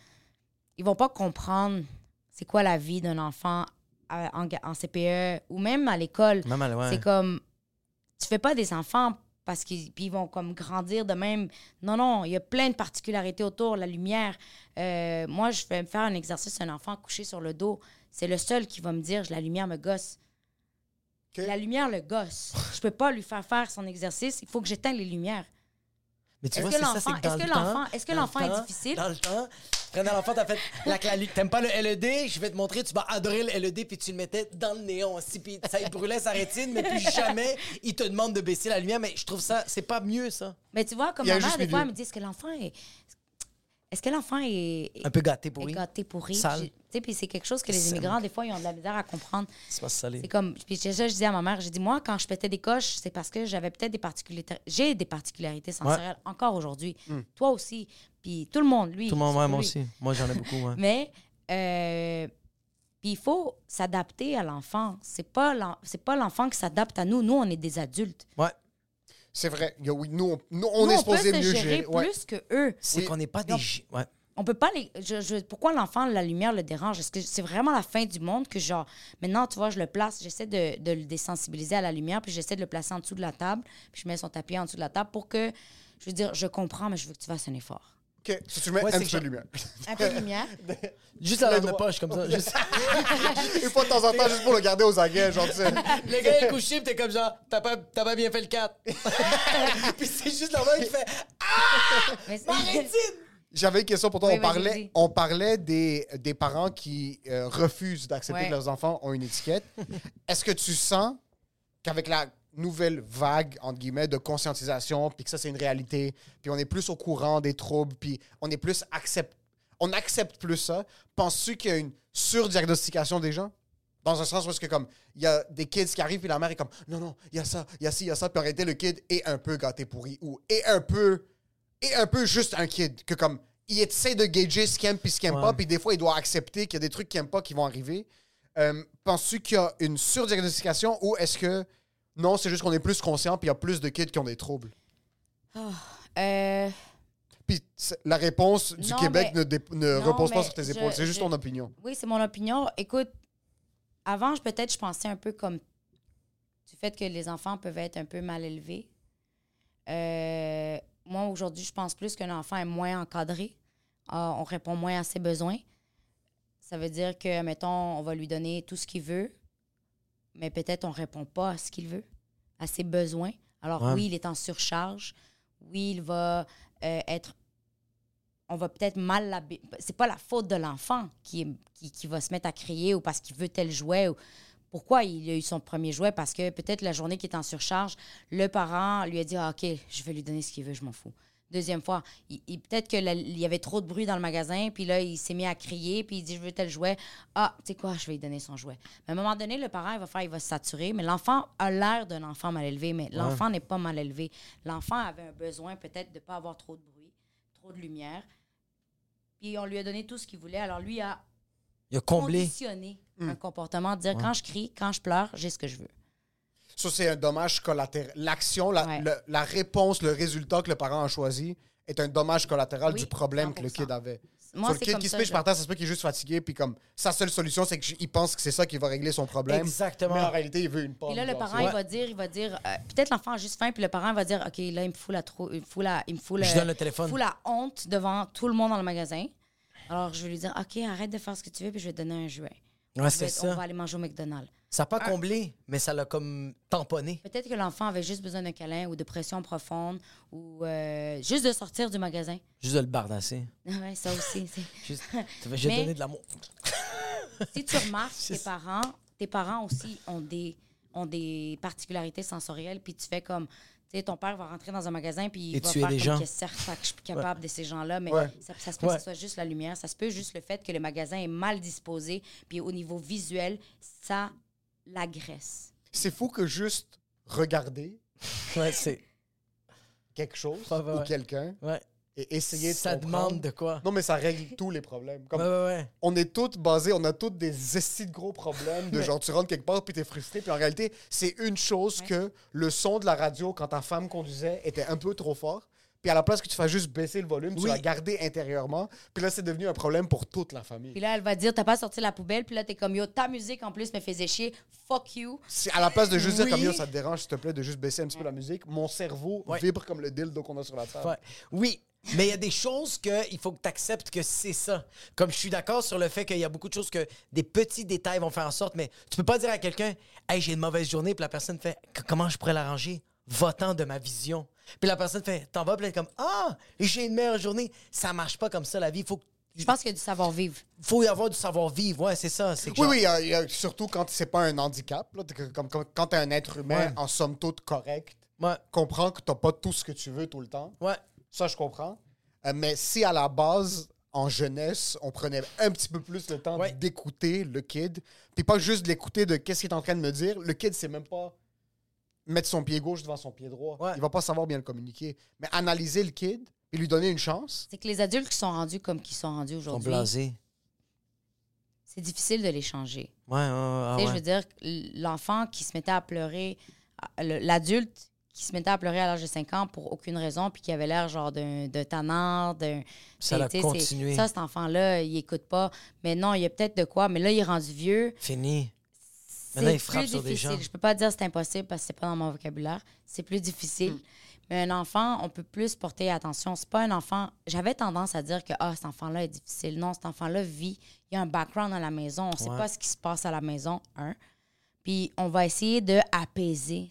Ils vont pas comprendre c'est quoi la vie d'un enfant en CPE ou même à l'école. Même ouais. C'est comme... Tu fais pas des enfants parce qu'ils puis ils vont comme grandir de même. Non, il y a plein de particularités autour. La lumière. Moi, je vais me faire un exercice, un enfant couché sur le dos. C'est le seul qui va me dire « la lumière me gosse ». Ok. La lumière le gosse. Je peux pas lui faire son exercice. Il faut que j'éteigne les lumières. Mais tu Est-ce vois, que c'est ça, l'enfant- c'est que dans est-ce que le temps- l'enfant- est-ce que dans le l'enfant est temps- difficile? Dans le temps, prenais l'enfant, t'as fait t'aimes pas le LED, je vais te montrer, tu vas adorer le LED, puis tu le mettais dans le néon aussi, puis ça il brûlait sa rétine, mais plus jamais il te demande de baisser la lumière, mais je trouve ça, c'est pas mieux ça. Mais tu vois, comme Il y a ma mère, juste des fois, milieu. elle me dit est-ce que l'enfant est Un peu gâté pourri. est gâté pourri? Sale. Tu sais, puis c'est quelque chose que les Sale. immigrants, des fois, ils ont de la misère à comprendre. C'est pas salé. C'est comme, puis c'est ça, je disais à ma mère, j'ai dit, moi, quand je pétais des coches, c'est parce que j'avais peut-être des particularités, j'ai des particularités sensorielles encore aujourd'hui. Toi aussi. Puis tout le monde, lui. Tout le monde, ouais, surtout moi lui. aussi. Moi j'en ai beaucoup, ouais. Mais, puis il faut s'adapter à l'enfant. C'est pas l'enfant qui s'adapte à nous. Nous, on est des adultes. Ouais. C'est vrai. Oui, nous, on Nous, est on peut supposé se mieux gérer gérer. Ouais. plus que eux. C'est Oui. qu'on n'est pas des... Ouais. On peut pas les. Pourquoi l'enfant, la lumière le dérange? Est-ce que c'est vraiment la fin du monde que, genre, maintenant, tu vois, je le place, j'essaie de le désensibiliser à la lumière, puis j'essaie de le placer en dessous de la table, puis je mets son tapis en dessous de la table pour que, je veux dire, je comprends, mais je veux que tu fasses un effort. OK, si tu mets Ouais, un c'est petit peu que de lumière. Un peu de lumière. Juste la lampe de droit. poche, comme ça. Juste... Une fois de temps en temps, juste pour le garder aux aguets, genre, tu sais. Le gars est couché, pis t'es comme genre, t'as pas bien fait le 4. Puis c'est juste l'enfant qui fait Mais c'est- Maritine! J'avais une question pour toi. Oui, vas-y, vas-y. On parlait des parents qui refusent d'accepter Ouais. que leurs enfants ont une étiquette. Est-ce que tu sens qu'avec la nouvelle vague, entre guillemets, de conscientisation, puis que ça, c'est une réalité, puis on est plus au courant des troubles, puis on est plus on accepte plus ça, penses-tu qu'il y a une surdiagnostication des gens? Dans un sens où est-ce que, comme, il y a des kids qui arrivent, puis la mère est comme, non, il y a ça, il y a ci, il y a ça, puis en réalité, le kid est un peu gâté pourri, ou est un peu juste un kid, que comme, il essaie de gager ce qu'il aime puis ce qu'il aime pas, puis des fois, il doit accepter qu'il y a des trucs qu'il aime pas qui vont arriver. Penses-tu qu'il y a une surdiagnostication ou est-ce que, non, c'est juste qu'on est plus conscient puis il y a plus de kids qui ont des troubles? Puis la réponse du Non, Québec mais- ne non, repose pas mais sur tes épaules, c'est juste ton opinion. Oui, c'est mon opinion. Écoute, avant, peut-être, je pensais un peu comme du fait que les enfants peuvent être un peu mal élevés. Moi, aujourd'hui, je pense plus qu'un enfant est moins encadré. On répond moins à ses besoins. Ça veut dire que, mettons, on va lui donner tout ce qu'il veut, mais peut-être on ne répond pas à ce qu'il veut, à ses besoins. Alors oui, il est en surcharge. Oui, il va être... On va peut-être mal l'habiller. C'est pas la faute de l'enfant qui va se mettre à crier ou parce qu'il veut tel jouet. Ou... Pourquoi il a eu son premier jouet? Parce que peut-être la journée qu'il est en surcharge, le parent lui a dit « Ah, OK, je vais lui donner ce qu'il veut, je m'en fous. » Deuxième fois, peut-être qu'il y avait trop de bruit dans le magasin, puis là, il s'est mis à crier, puis il dit « Je veux tel jouet. » Ah, tu sais quoi, je vais lui donner son jouet. Mais à un moment donné, le parent, il va se saturer, mais l'enfant a l'air d'un enfant mal élevé, mais l'enfant n'est pas mal élevé. L'enfant avait un besoin peut-être de ne pas avoir trop de bruit, trop de lumière, puis on lui a donné tout ce qu'il voulait. Alors lui Il a comblé. conditionné un comportement, de dire quand je crie, quand je pleure, j'ai ce que je veux. Ça, c'est un dommage collatéral. L'action, Ouais. la réponse, le résultat que le parent a choisi est un dommage collatéral Oui, du problème que le 100%. kid avait. Moi, Sur le c'est kid comme qui se ça, pitch je- par terre, ça se peut qu'il est juste fatigué, puis comme sa seule solution, c'est qu'il pense que c'est ça qui va régler son problème. Exactement. Mais en réalité, il veut une pomme. Puis là, le genre, parent, c'est- il va dire peut-être l'enfant a juste faim, puis le parent va dire, OK, là, il me fout Je donne le téléphone. il me fout la honte devant tout le monde dans le magasin. Alors, je vais lui dire, OK, arrête de faire ce que tu veux, puis je vais te donner un jouet. Ouais, c'est On ça. va aller manger au McDonald's. Ça n'a pas comblé, mais ça l'a comme tamponné. Peut-être que l'enfant avait juste besoin d'un câlin ou de pression profonde ou juste de sortir du magasin. Juste de le bardasser. Ouais, ça aussi. Juste, je vais Mais- donner de l'amour. Si tu remarques, tes parents aussi ont des particularités sensorielles, puis tu fais comme, tu sais, ton père va rentrer dans un magasin, puis il Et va tuer faire des comme gens. qu'il est certain que je suis plus capable de ces gens-là, mais Ouais. ça se peut que ce soit juste la lumière, ça se peut juste le fait que le magasin est mal disposé, puis au niveau visuel, ça l'agresse. C'est fou que juste regarder Ouais, c'est. quelque chose Ouais, ouais, ou ouais. quelqu'un Ouais. et essayer de Ça comprendre. demande de quoi? Non, mais ça règle tous les problèmes. Comme, Ouais. on est tous basés, on a tous des estis de gros problèmes de genre tu rentres quelque part puis t'es frustré puis en réalité c'est une chose que le son de la radio quand ta femme conduisait était un peu trop fort puis à la place que tu fasses juste baisser le volume tu Oui. l'as gardé intérieurement puis là c'est devenu un problème pour toute la famille. Puis là, elle va dire, t'as pas sorti la poubelle, puis là, t'es comme, yo, ta musique en plus me faisait chier, fuck you. Si à la place de juste dire Oui. comme yo ça te dérange s'il te plaît de juste baisser un petit peu la musique, mon cerveau Ouais. vibre comme le dildo qu'on a sur la table. Ouais. Oui, mais il y a des choses qu'il faut que tu acceptes que c'est ça. Comme je suis d'accord sur le fait qu'il y a beaucoup de choses que des petits détails vont faire en sorte, mais tu peux pas dire à quelqu'un « Hey, j'ai une mauvaise journée », puis la personne fait « Comment je pourrais l'arranger? Va-t'en de ma vision. » Puis la personne fait « T'en vas? » Puis elle est comme « Ah, j'ai une meilleure journée. » Ça marche pas comme ça, la vie. Je pense qu'il y a du savoir-vivre. Faut y avoir du savoir-vivre. Ouais, c'est ça. C'est que Oui, genre- oui, surtout quand c'est pas un handicap. Là, comme quand t'es un être humain Ouais. en somme toute correct, Ouais, comprends que t'as pas tout ce que tu veux tout le temps. ouais. Ça, je comprends. Mais si à la base, en jeunesse, on prenait un petit peu plus le temps Ouais. d'écouter le kid, puis pas juste de l'écouter de qu'est-ce qu'il est en train de me dire, le kid sait même pas mettre son pied gauche devant son pied droit. Ouais. Il va pas savoir bien le communiquer. Mais analyser le kid et lui donner une chance, C'est que les adultes qui sont rendus comme qu'ils sont rendus Ils sont aujourd'hui, blasés. c'est difficile de les changer. Ouais, ah Tu sais, ouais. je veux dire, l'enfant qui se mettait à pleurer, l'adulte qui se mettait à pleurer à l'âge de 5 ans pour aucune raison, puis qui avait l'air genre d'un tannard, Ça l'a tu sais, continué. Ça, cet enfant-là, il écoute pas. Mais non, il y a peut-être de quoi. Mais là, il est rendu vieux. Fini. C'est Maintenant, il plus frappe sur des difficile. gens. Je peux pas dire que c'est impossible parce que c'est pas dans mon vocabulaire. C'est plus difficile. Mais un enfant, on peut plus porter attention. C'est pas un enfant... J'avais tendance à dire que cet enfant-là est difficile. Non, cet enfant-là vit. Il y a un background à la maison. On sait pas ce qui se passe à la maison, Puis on va essayer d'apaiser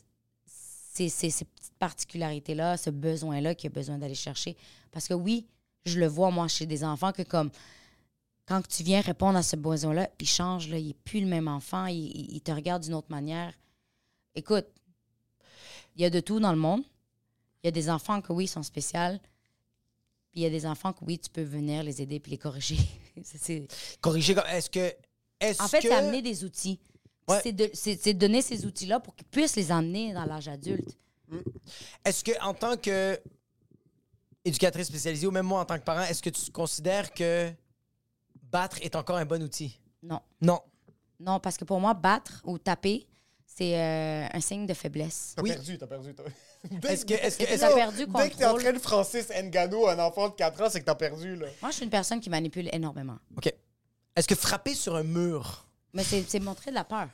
ces petites particularités-là, ce besoin-là qu'il a besoin d'aller chercher. Parce que oui, je le vois, moi, chez des enfants, que comme quand tu viens répondre à ce besoin-là, puis il change, là, il n'est plus le même enfant, il te regarde d'une autre manière. Écoute, il y a de tout dans le monde. Il y a des enfants que, oui, sont spéciaux. Puis il y a des enfants que, oui, tu peux venir les aider puis les corriger. Corriger, est-ce que... En fait, c'est amener des outils. Ouais. C'est donner ces outils-là pour qu'ils puissent les emmener dans l'âge adulte. Est-ce que en tant que éducatrice spécialisée ou même moi en tant que parent, est-ce que tu considères que battre est encore un bon outil? Non. Non. Non, parce que pour moi, battre ou taper, c'est un signe de faiblesse. T'as perdu. Est-ce que T'as perdu Dès que t'es en contrôle. train de Francis Ngannou, un enfant de 4 ans, c'est que t'as perdu, là. Moi, je suis une personne qui manipule énormément. OK. Est-ce que frapper sur un mur... Mais c'est montrer de la peur.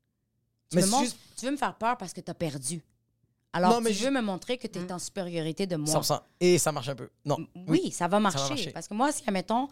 Tu Mais me c'est montres- juste- tu veux me faire peur parce que t'as perdu. Alors, Non, mais tu veux me montrer que tu es en supériorité de moi. 100%. Et ça marche un peu. Non. Oui, ça va marcher. Ça va marcher. Parce que moi, si, admettons,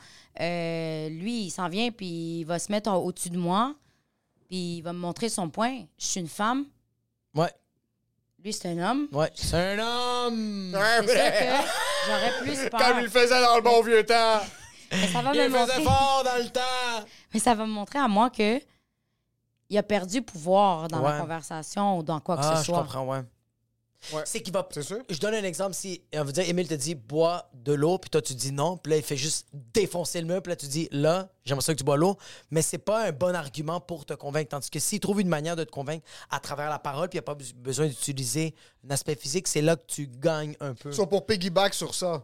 lui, il s'en vient puis il va se mettre au-dessus de moi puis il va me montrer son point. Je suis une femme. Ouais. Lui, c'est un homme. Ouais. C'est un homme! C'est sûr que j'aurais plus peur. Comme il le faisait dans le bon vieux temps. Mais ça va Il me le faisait montrer... fort dans le temps! Mais ça va me montrer à moi que il a perdu pouvoir dans Ouais. la conversation ou dans quoi que ce Je soit. comprends, ouais. Ouais. C'est qu'il va... C'est sûr? Je donne un exemple. Si, on veut dire, Émile te dit, bois de l'eau, puis toi, tu dis non, puis là, il fait juste défoncer le mur, puis là, tu dis, là, j'aimerais ça que tu bois l'eau, mais c'est pas un bon argument pour te convaincre. Tandis que s'il trouve une manière de te convaincre à travers la parole, puis il n'y a pas besoin d'utiliser un aspect physique, c'est là que tu gagnes un peu. So, pour piggyback sur ça,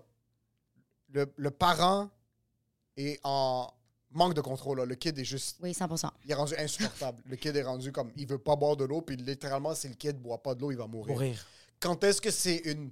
le parent est en manque de contrôle. Là. Le kid est juste... Oui, 100%. Il est rendu insupportable. Le kid est rendu comme... Il veut pas boire de l'eau, puis littéralement, si le kid boit pas de l'eau, il va mourir. Quand est-ce que c'est une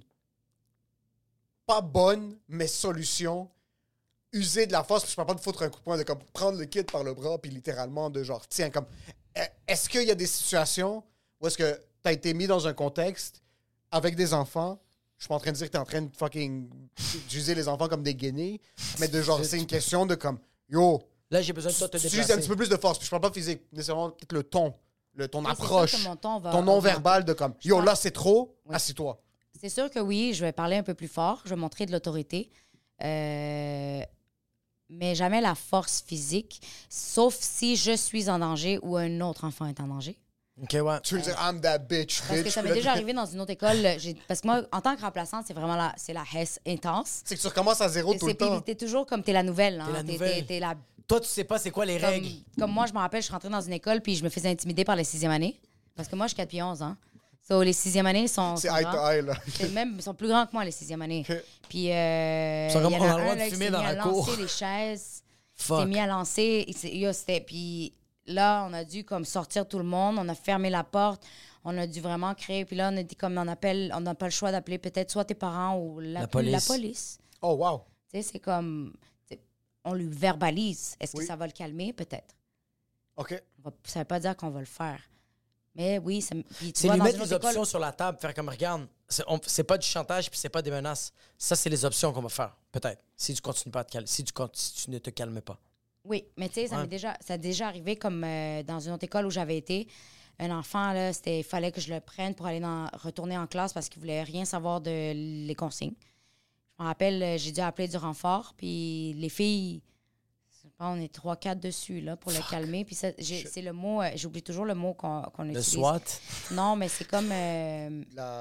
pas bonne, mais solution, user de la force, puis je parle pas de foutre un coup de poing, de comme prendre le kid par le bras, puis littéralement de genre, tiens, comme... Est-ce qu'il y a des situations où est-ce que t'as été mis dans un contexte avec des enfants? Je suis pas en train de dire que t'es en train de fucking utiliser les enfants comme des guenilles, mais de genre, c'est une question de comme, yo... Là, j'ai besoin de toi de te tu déplacer. utilises un petit peu plus de force, puis je parle pas physique, nécessairement peut-être le ton, ton Oui, c'est approche, sûr que mon ton va ton non-verbal de comme, yo, là, c'est trop, Oui. assis-toi. C'est sûr que oui, je vais parler un peu plus fort, je vais montrer de l'autorité, mais jamais la force physique, sauf si je suis en danger ou un autre enfant est en danger. OK, ouais. Tu veux dire, I'm that bitch, Parce que ça m'est déjà arrivé dans une autre école. Parce que moi, en tant que remplaçante, c'est vraiment la hesse intense. C'est que tu recommences à zéro tout le temps. T'es toujours comme t'es la nouvelle. Hein? T'es la nouvelle. T'es la... Toi, tu sais pas c'est quoi les règles. Comme moi, je me rappelle, je suis rentrée dans une école puis je me faisais intimider par les 6e années. Parce que moi, je suis 4 puis 11 ans. So, les 6e années sont. C'est sont eye to grands. eye, là. Ils sont plus grands que moi, les 6e années. Ok. Puis, sont comme, il y en on a a le droit un de là, qui fumer s'est dans mis à la cour. lancer les chaises. Il Fuck. s'est mis à lancer. Puis là, on a dû comme sortir tout le monde. On a fermé la porte. On a dû vraiment créer. Puis là, on a dit comme on n'a pas le choix d'appeler peut-être soit tes parents ou la police. Oh, wow. Tu sais, c'est comme... On lui verbalise. Est-ce Oui. que ça va le calmer? Peut-être. OK. Ça veut pas dire qu'on va le faire. Mais oui, puis tu C'est vois, lui dans mettre une les autre options école- sur la table, faire comme, regarde, c'est pas du chantage puis c'est pas des menaces. Ça, c'est les options qu'on va faire, peut-être, si tu continues pas à te calmer, si tu ne te calmes pas. Oui, mais tu sais, ça a déjà arrivé comme dans une autre école où j'avais été. Un enfant, là, il fallait que je le prenne pour aller retourner en classe parce qu'il voulait rien savoir de les consignes. Je me rappelle, j'ai dû appeler du renfort, puis les filles, je sais pas, on est 3-4 dessus, là, pour le calmer. Puis c'est le mot, j'oublie toujours le mot qu'on Le utilise. SWAT. Non, mais c'est comme, De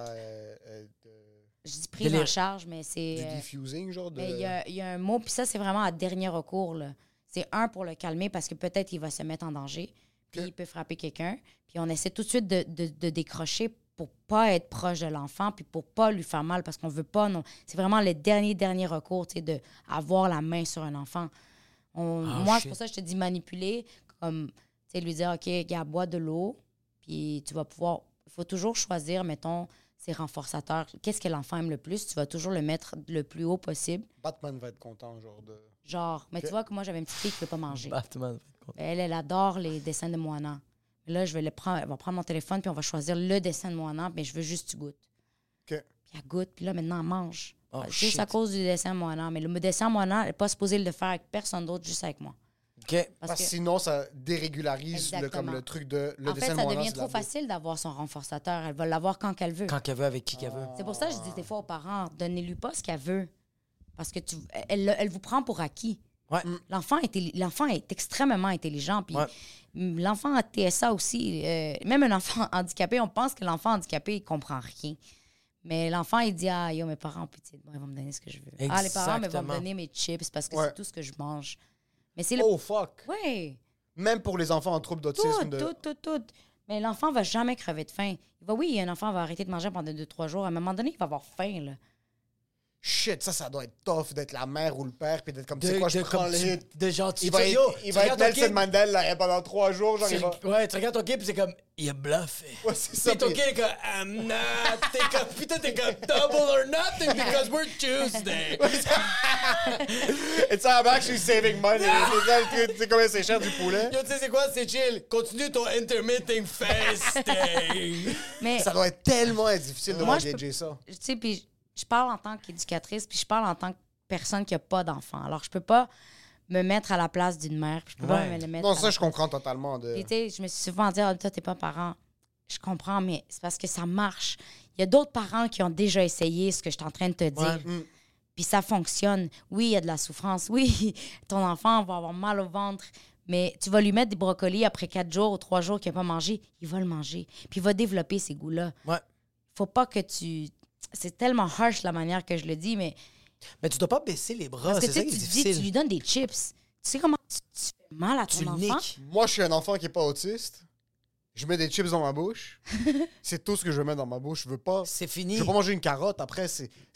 je dis prise en charge, mais du c'est... diffusing, genre de... Mais il y a un mot, puis ça, c'est vraiment à dernier recours, là. C'est pour le calmer parce que peut-être il va se mettre en danger, puis il peut frapper quelqu'un. Puis on essaie tout de suite de décrocher pour pas être proche de l'enfant, puis pour pas lui faire mal, parce qu'on veut pas, non. C'est vraiment le dernier recours, tu sais, d'avoir la main sur un enfant. Moi, c'est pour ça que je te dis manipuler, comme, tu sais, lui dire, OK, gars, bois de l'eau, puis tu vas pouvoir... Il faut toujours choisir, mettons, ses renforçateurs. Qu'est-ce que l'enfant aime le plus? Tu vas toujours le mettre le plus haut possible. Batman va être content, genre de... Genre, mais Ok. tu vois que moi, j'avais une petite fille qui ne peut pas manger. Batman. Elle adore les dessins de Moana. Là, elle va prendre mon téléphone, puis on va choisir le dessin de Moana, mais je veux juste que tu goûtes. OK. Puis elle goûte, puis là, maintenant, elle mange. Oh, Juste shit. à cause du dessin moinant. Mais le dessin moinant, elle n'est pas supposée le faire avec personne d'autre, juste avec moi. OK. Parce que que- sinon, ça dérégularise Exactement. le truc de... Le En dessin fait, de ça moineau, devient c'est de trop la bouffe. facile d'avoir son renforçateur. Elle va l'avoir quand qu'elle veut. Quand qu'elle veut, avec qui qu'elle veut. C'est pour ça que je dis des fois aux parents, donnez-lui pas ce qu'elle veut. Parce que elle vous prend pour acquis. Ouais. L'enfant est extrêmement intelligent. Puis Ouais. l'enfant a TSA aussi. Même un enfant handicapé, on pense que l'enfant handicapé, il comprend rien. Mais l'enfant, il dit, ah, yo, mes parents ont pitié de moi, ils vont me donner ce que je veux. Ah, les parents, mais ils vont me Exactement. donner mes chips parce que Ouais. c'est tout ce que je mange. Mais c'est le... Oh, fuck! Oui, Même pour les enfants en trouble d'autisme. tout. Mais l'enfant va jamais crever de faim. Oui, un enfant va arrêter de manger pendant 2-3 jours. À un moment donné, il va avoir faim, là. Shit, ça doit être tough d'être la mère ou le père, puis d'être comme, tu sais quoi, je prends le hit. De genre, Il va être Nelson Mandela là, pendant 3 jours, genre, il va... Ouais, tu regardes ton kid, puis c'est comme, il a bluffé. Ouais, c'est ça. Puis ton puis- kid est comme, I'm not. T'es comme, putain, t'es comme double or nothing because we're Tuesday. It's I'm actually saving money. C'est ça le truc, tu sais combien c'est cher du poulet? Yo, tu sais, c'est quoi? C'est chill. Continue ton intermittent fasting. Mais Ça doit être tellement difficile de Moi, je engager ça. tu sais, puis je parle en tant qu'éducatrice, puis je parle en tant que personne qui n'a pas d'enfant. Alors, je peux pas me mettre à la place d'une mère, puis je peux pas Ouais. me le mettre Non, à ça, la je place. comprends totalement. Puis, tu sais, je me suis souvent dit, ah, toi, t'es pas parent. Je comprends, mais c'est parce que ça marche. Il y a d'autres parents qui ont déjà essayé ce que je suis en train de te dire. Puis ça fonctionne. Oui, il y a de la souffrance. Oui, ton enfant va avoir mal au ventre. Mais tu vas lui mettre des brocolis après 4 jours ou 3 jours qu'il n'a pas mangé. Il va le manger. Puis il va développer ces goûts-là. Ouais. Faut pas que tu... C'est tellement harsh la manière que je le dis, mais... Mais tu dois pas baisser les bras, Parce que c'est tu ça sais, qui est tu dis, tu lui difficile. donnes des chips. Tu sais comment tu fais mal à ton Tu le enfant? niques. Moi, je suis un enfant qui est pas autiste. Je mets des chips dans ma bouche. C'est tout ce que je mets dans ma bouche. Je veux pas... C'est fini. Je veux pas manger une carotte. Après,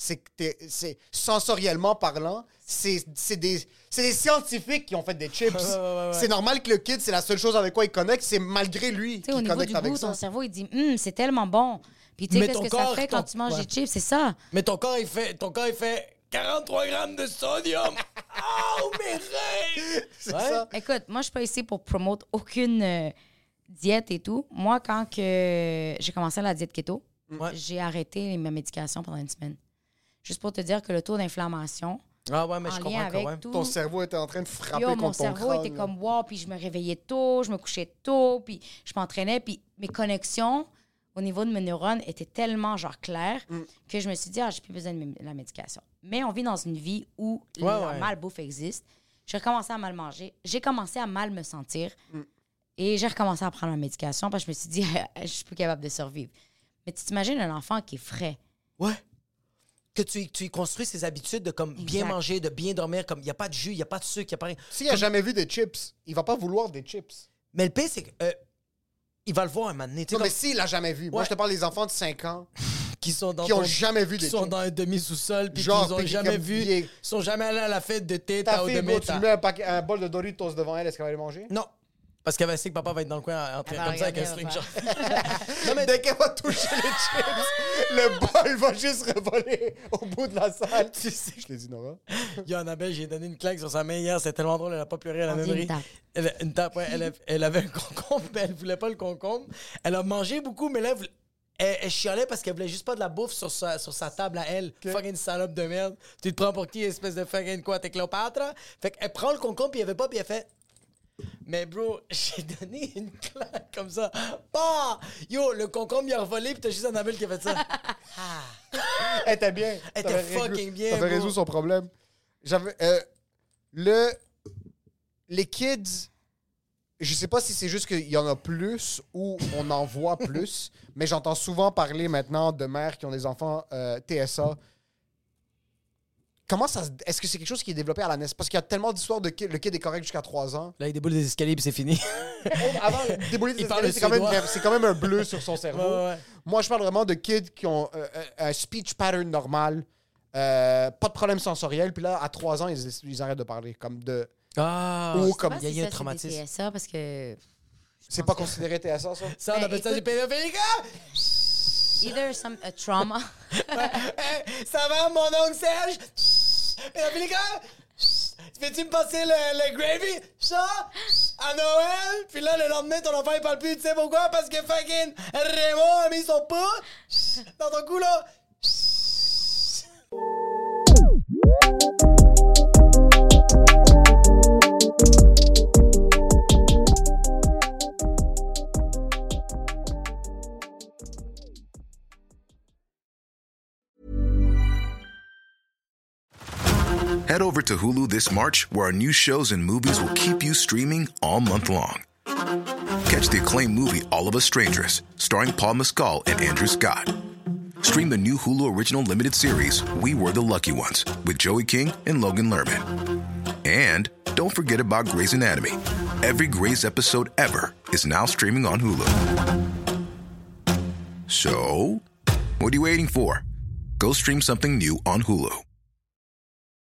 c'est sensoriellement parlant. C'est des scientifiques qui ont fait des chips. C'est normal que le kid, c'est la seule chose avec quoi il connecte. C'est malgré lui Tu sais, au qu'il niveau connecte du avec goût, ça. ton cerveau, il dit, c'est tellement bon. Puis tu sais, Mais qu'est-ce ton que corps, ça fait quand ton- tu manges ouais. des chips? C'est ça. Mais ton corps, il fait 43 grammes de sodium. Oh, mes reins! C'est Ouais. ça. Écoute, moi, je suis pas ici pour promouvoir aucune diète et tout. Moi, quand que j'ai commencé la diète keto, Ouais. j'ai arrêté ma médication pendant une semaine. Juste pour te dire que le taux d'inflammation, Ah ouais, mais je en comprends lien quand avec même. tout... Ton cerveau était en train de frapper Yo, contre mon ton cerveau crâne. était là. comme wow, puis je me réveillais tôt, je me couchais tôt, puis je m'entraînais, puis mes connexions au niveau de mes neurones étaient tellement genre claires que je me suis dit, j'ai plus besoin de la médication. Mais on vit dans une vie où la ouais. malbouffe existe. J'ai recommencé à mal manger, j'ai commencé à mal me sentir et j'ai recommencé à prendre la médication parce que je me suis dit, je suis plus capable de survivre. Mais tu t'imagines un enfant qui est frais. Ouais. Que tu y construis ses habitudes de comme bien Exact. manger, de bien dormir, comme il n'y a pas de jus, il n'y a pas de sucre, il n'y a pas rien. S'il a jamais vu des chips, il va pas vouloir des chips. Mais le pire, c'est que il va le voir un moment donné. Tu sais, Non, mais comme- s'il a jamais vu. Moi, Ouais. je te parle des enfants de 5 ans qui sont dans qui ont ton- jamais vu qui des sont chips. dans un demi-sous-sol, puis Genre, qu'ils ont puis jamais comme vu, vieille. sont jamais allés à la fête de thé, Ta ou fille, de bro, tu méta. lui mets un bol de Doritos devant elle, est-ce qu'elle va le manger? Non. Parce qu'elle va essayer que papa va être dans le coin en train Elle va comme ça avec un regarder, string elle genre. va Non, mais dès qu'elle va toucher les chips, le bol va juste revoler au bout de la salle. Tu sais, je l'ai dit, Nora. Yo, Annabelle, j'ai donné une claque sur sa main hier, c'était tellement drôle, elle a pas pleuré, elle a On même dit une ri. tape. Une tape, ouais. Elle avait un concombre, mais elle voulait pas le concombre. Elle a mangé beaucoup, mais là, elle chialait parce qu'elle voulait juste pas de la bouffe sur sa table à elle. Fucking salope de merde. Tu te prends pour qui, espèce de fucking quoi, t'es Cléopâtre? Fait qu'elle prend le concombre, puis il y avait pas, puis elle fait... Mais bro, j'ai donné une claque comme ça. Bah! Yo, le concombre, il a revolé, puis t'as juste Annabelle qui a fait ça. Elle était bien. Elle était fucking bien, T'avais bro. résolu son problème. J'avais... Les kids... Je sais pas si c'est juste qu'il y en a plus ou on en voit plus, mais j'entends souvent parler maintenant de mères qui ont des enfants TSA. Comment ça... Est-ce que c'est quelque chose qui est développé à la naissance? Parce qu'il y a tellement d'histoires de le kid est correct jusqu'à 3 ans. Là, il déboule des escaliers, puis c'est fini. Avant, débouler des Il parle escaliers, le c'est quand même un bleu sur son cerveau. Ouais. Moi, je parle vraiment de kids qui ont un speech pattern normal, pas de problème sensoriel, puis là, à 3 ans, ils arrêtent de parler. Comme de... Ah! Ou Je sais comme... pas il y a si eu un ça, traumatisme. c'est des TSA parce que... C'est pas considéré TSA, ça? Ça, on Ben, appelle ça du écoute- pédophilie. Either a trauma. Hey, ça va, mon oncle Serge? Pédophilie. Fais-tu me passer le gravy? Ça? À Noël? Puis là, le lendemain, ton enfant, il parle plus. Tu sais pourquoi? Parce que fucking Raymond a mis son pouce dans ton cou, là. Head over to Hulu this March, where our new shows and movies will keep you streaming all month long. Catch the acclaimed movie All of Us Strangers, starring Paul Mescal and Andrew Scott. Stream the new Hulu original limited series We Were the Lucky Ones with Joey King and Logan Lerman. And don't forget about Grey's Anatomy. Every Grey's episode ever is now streaming on Hulu. So, what are you waiting for? Go stream something new on Hulu.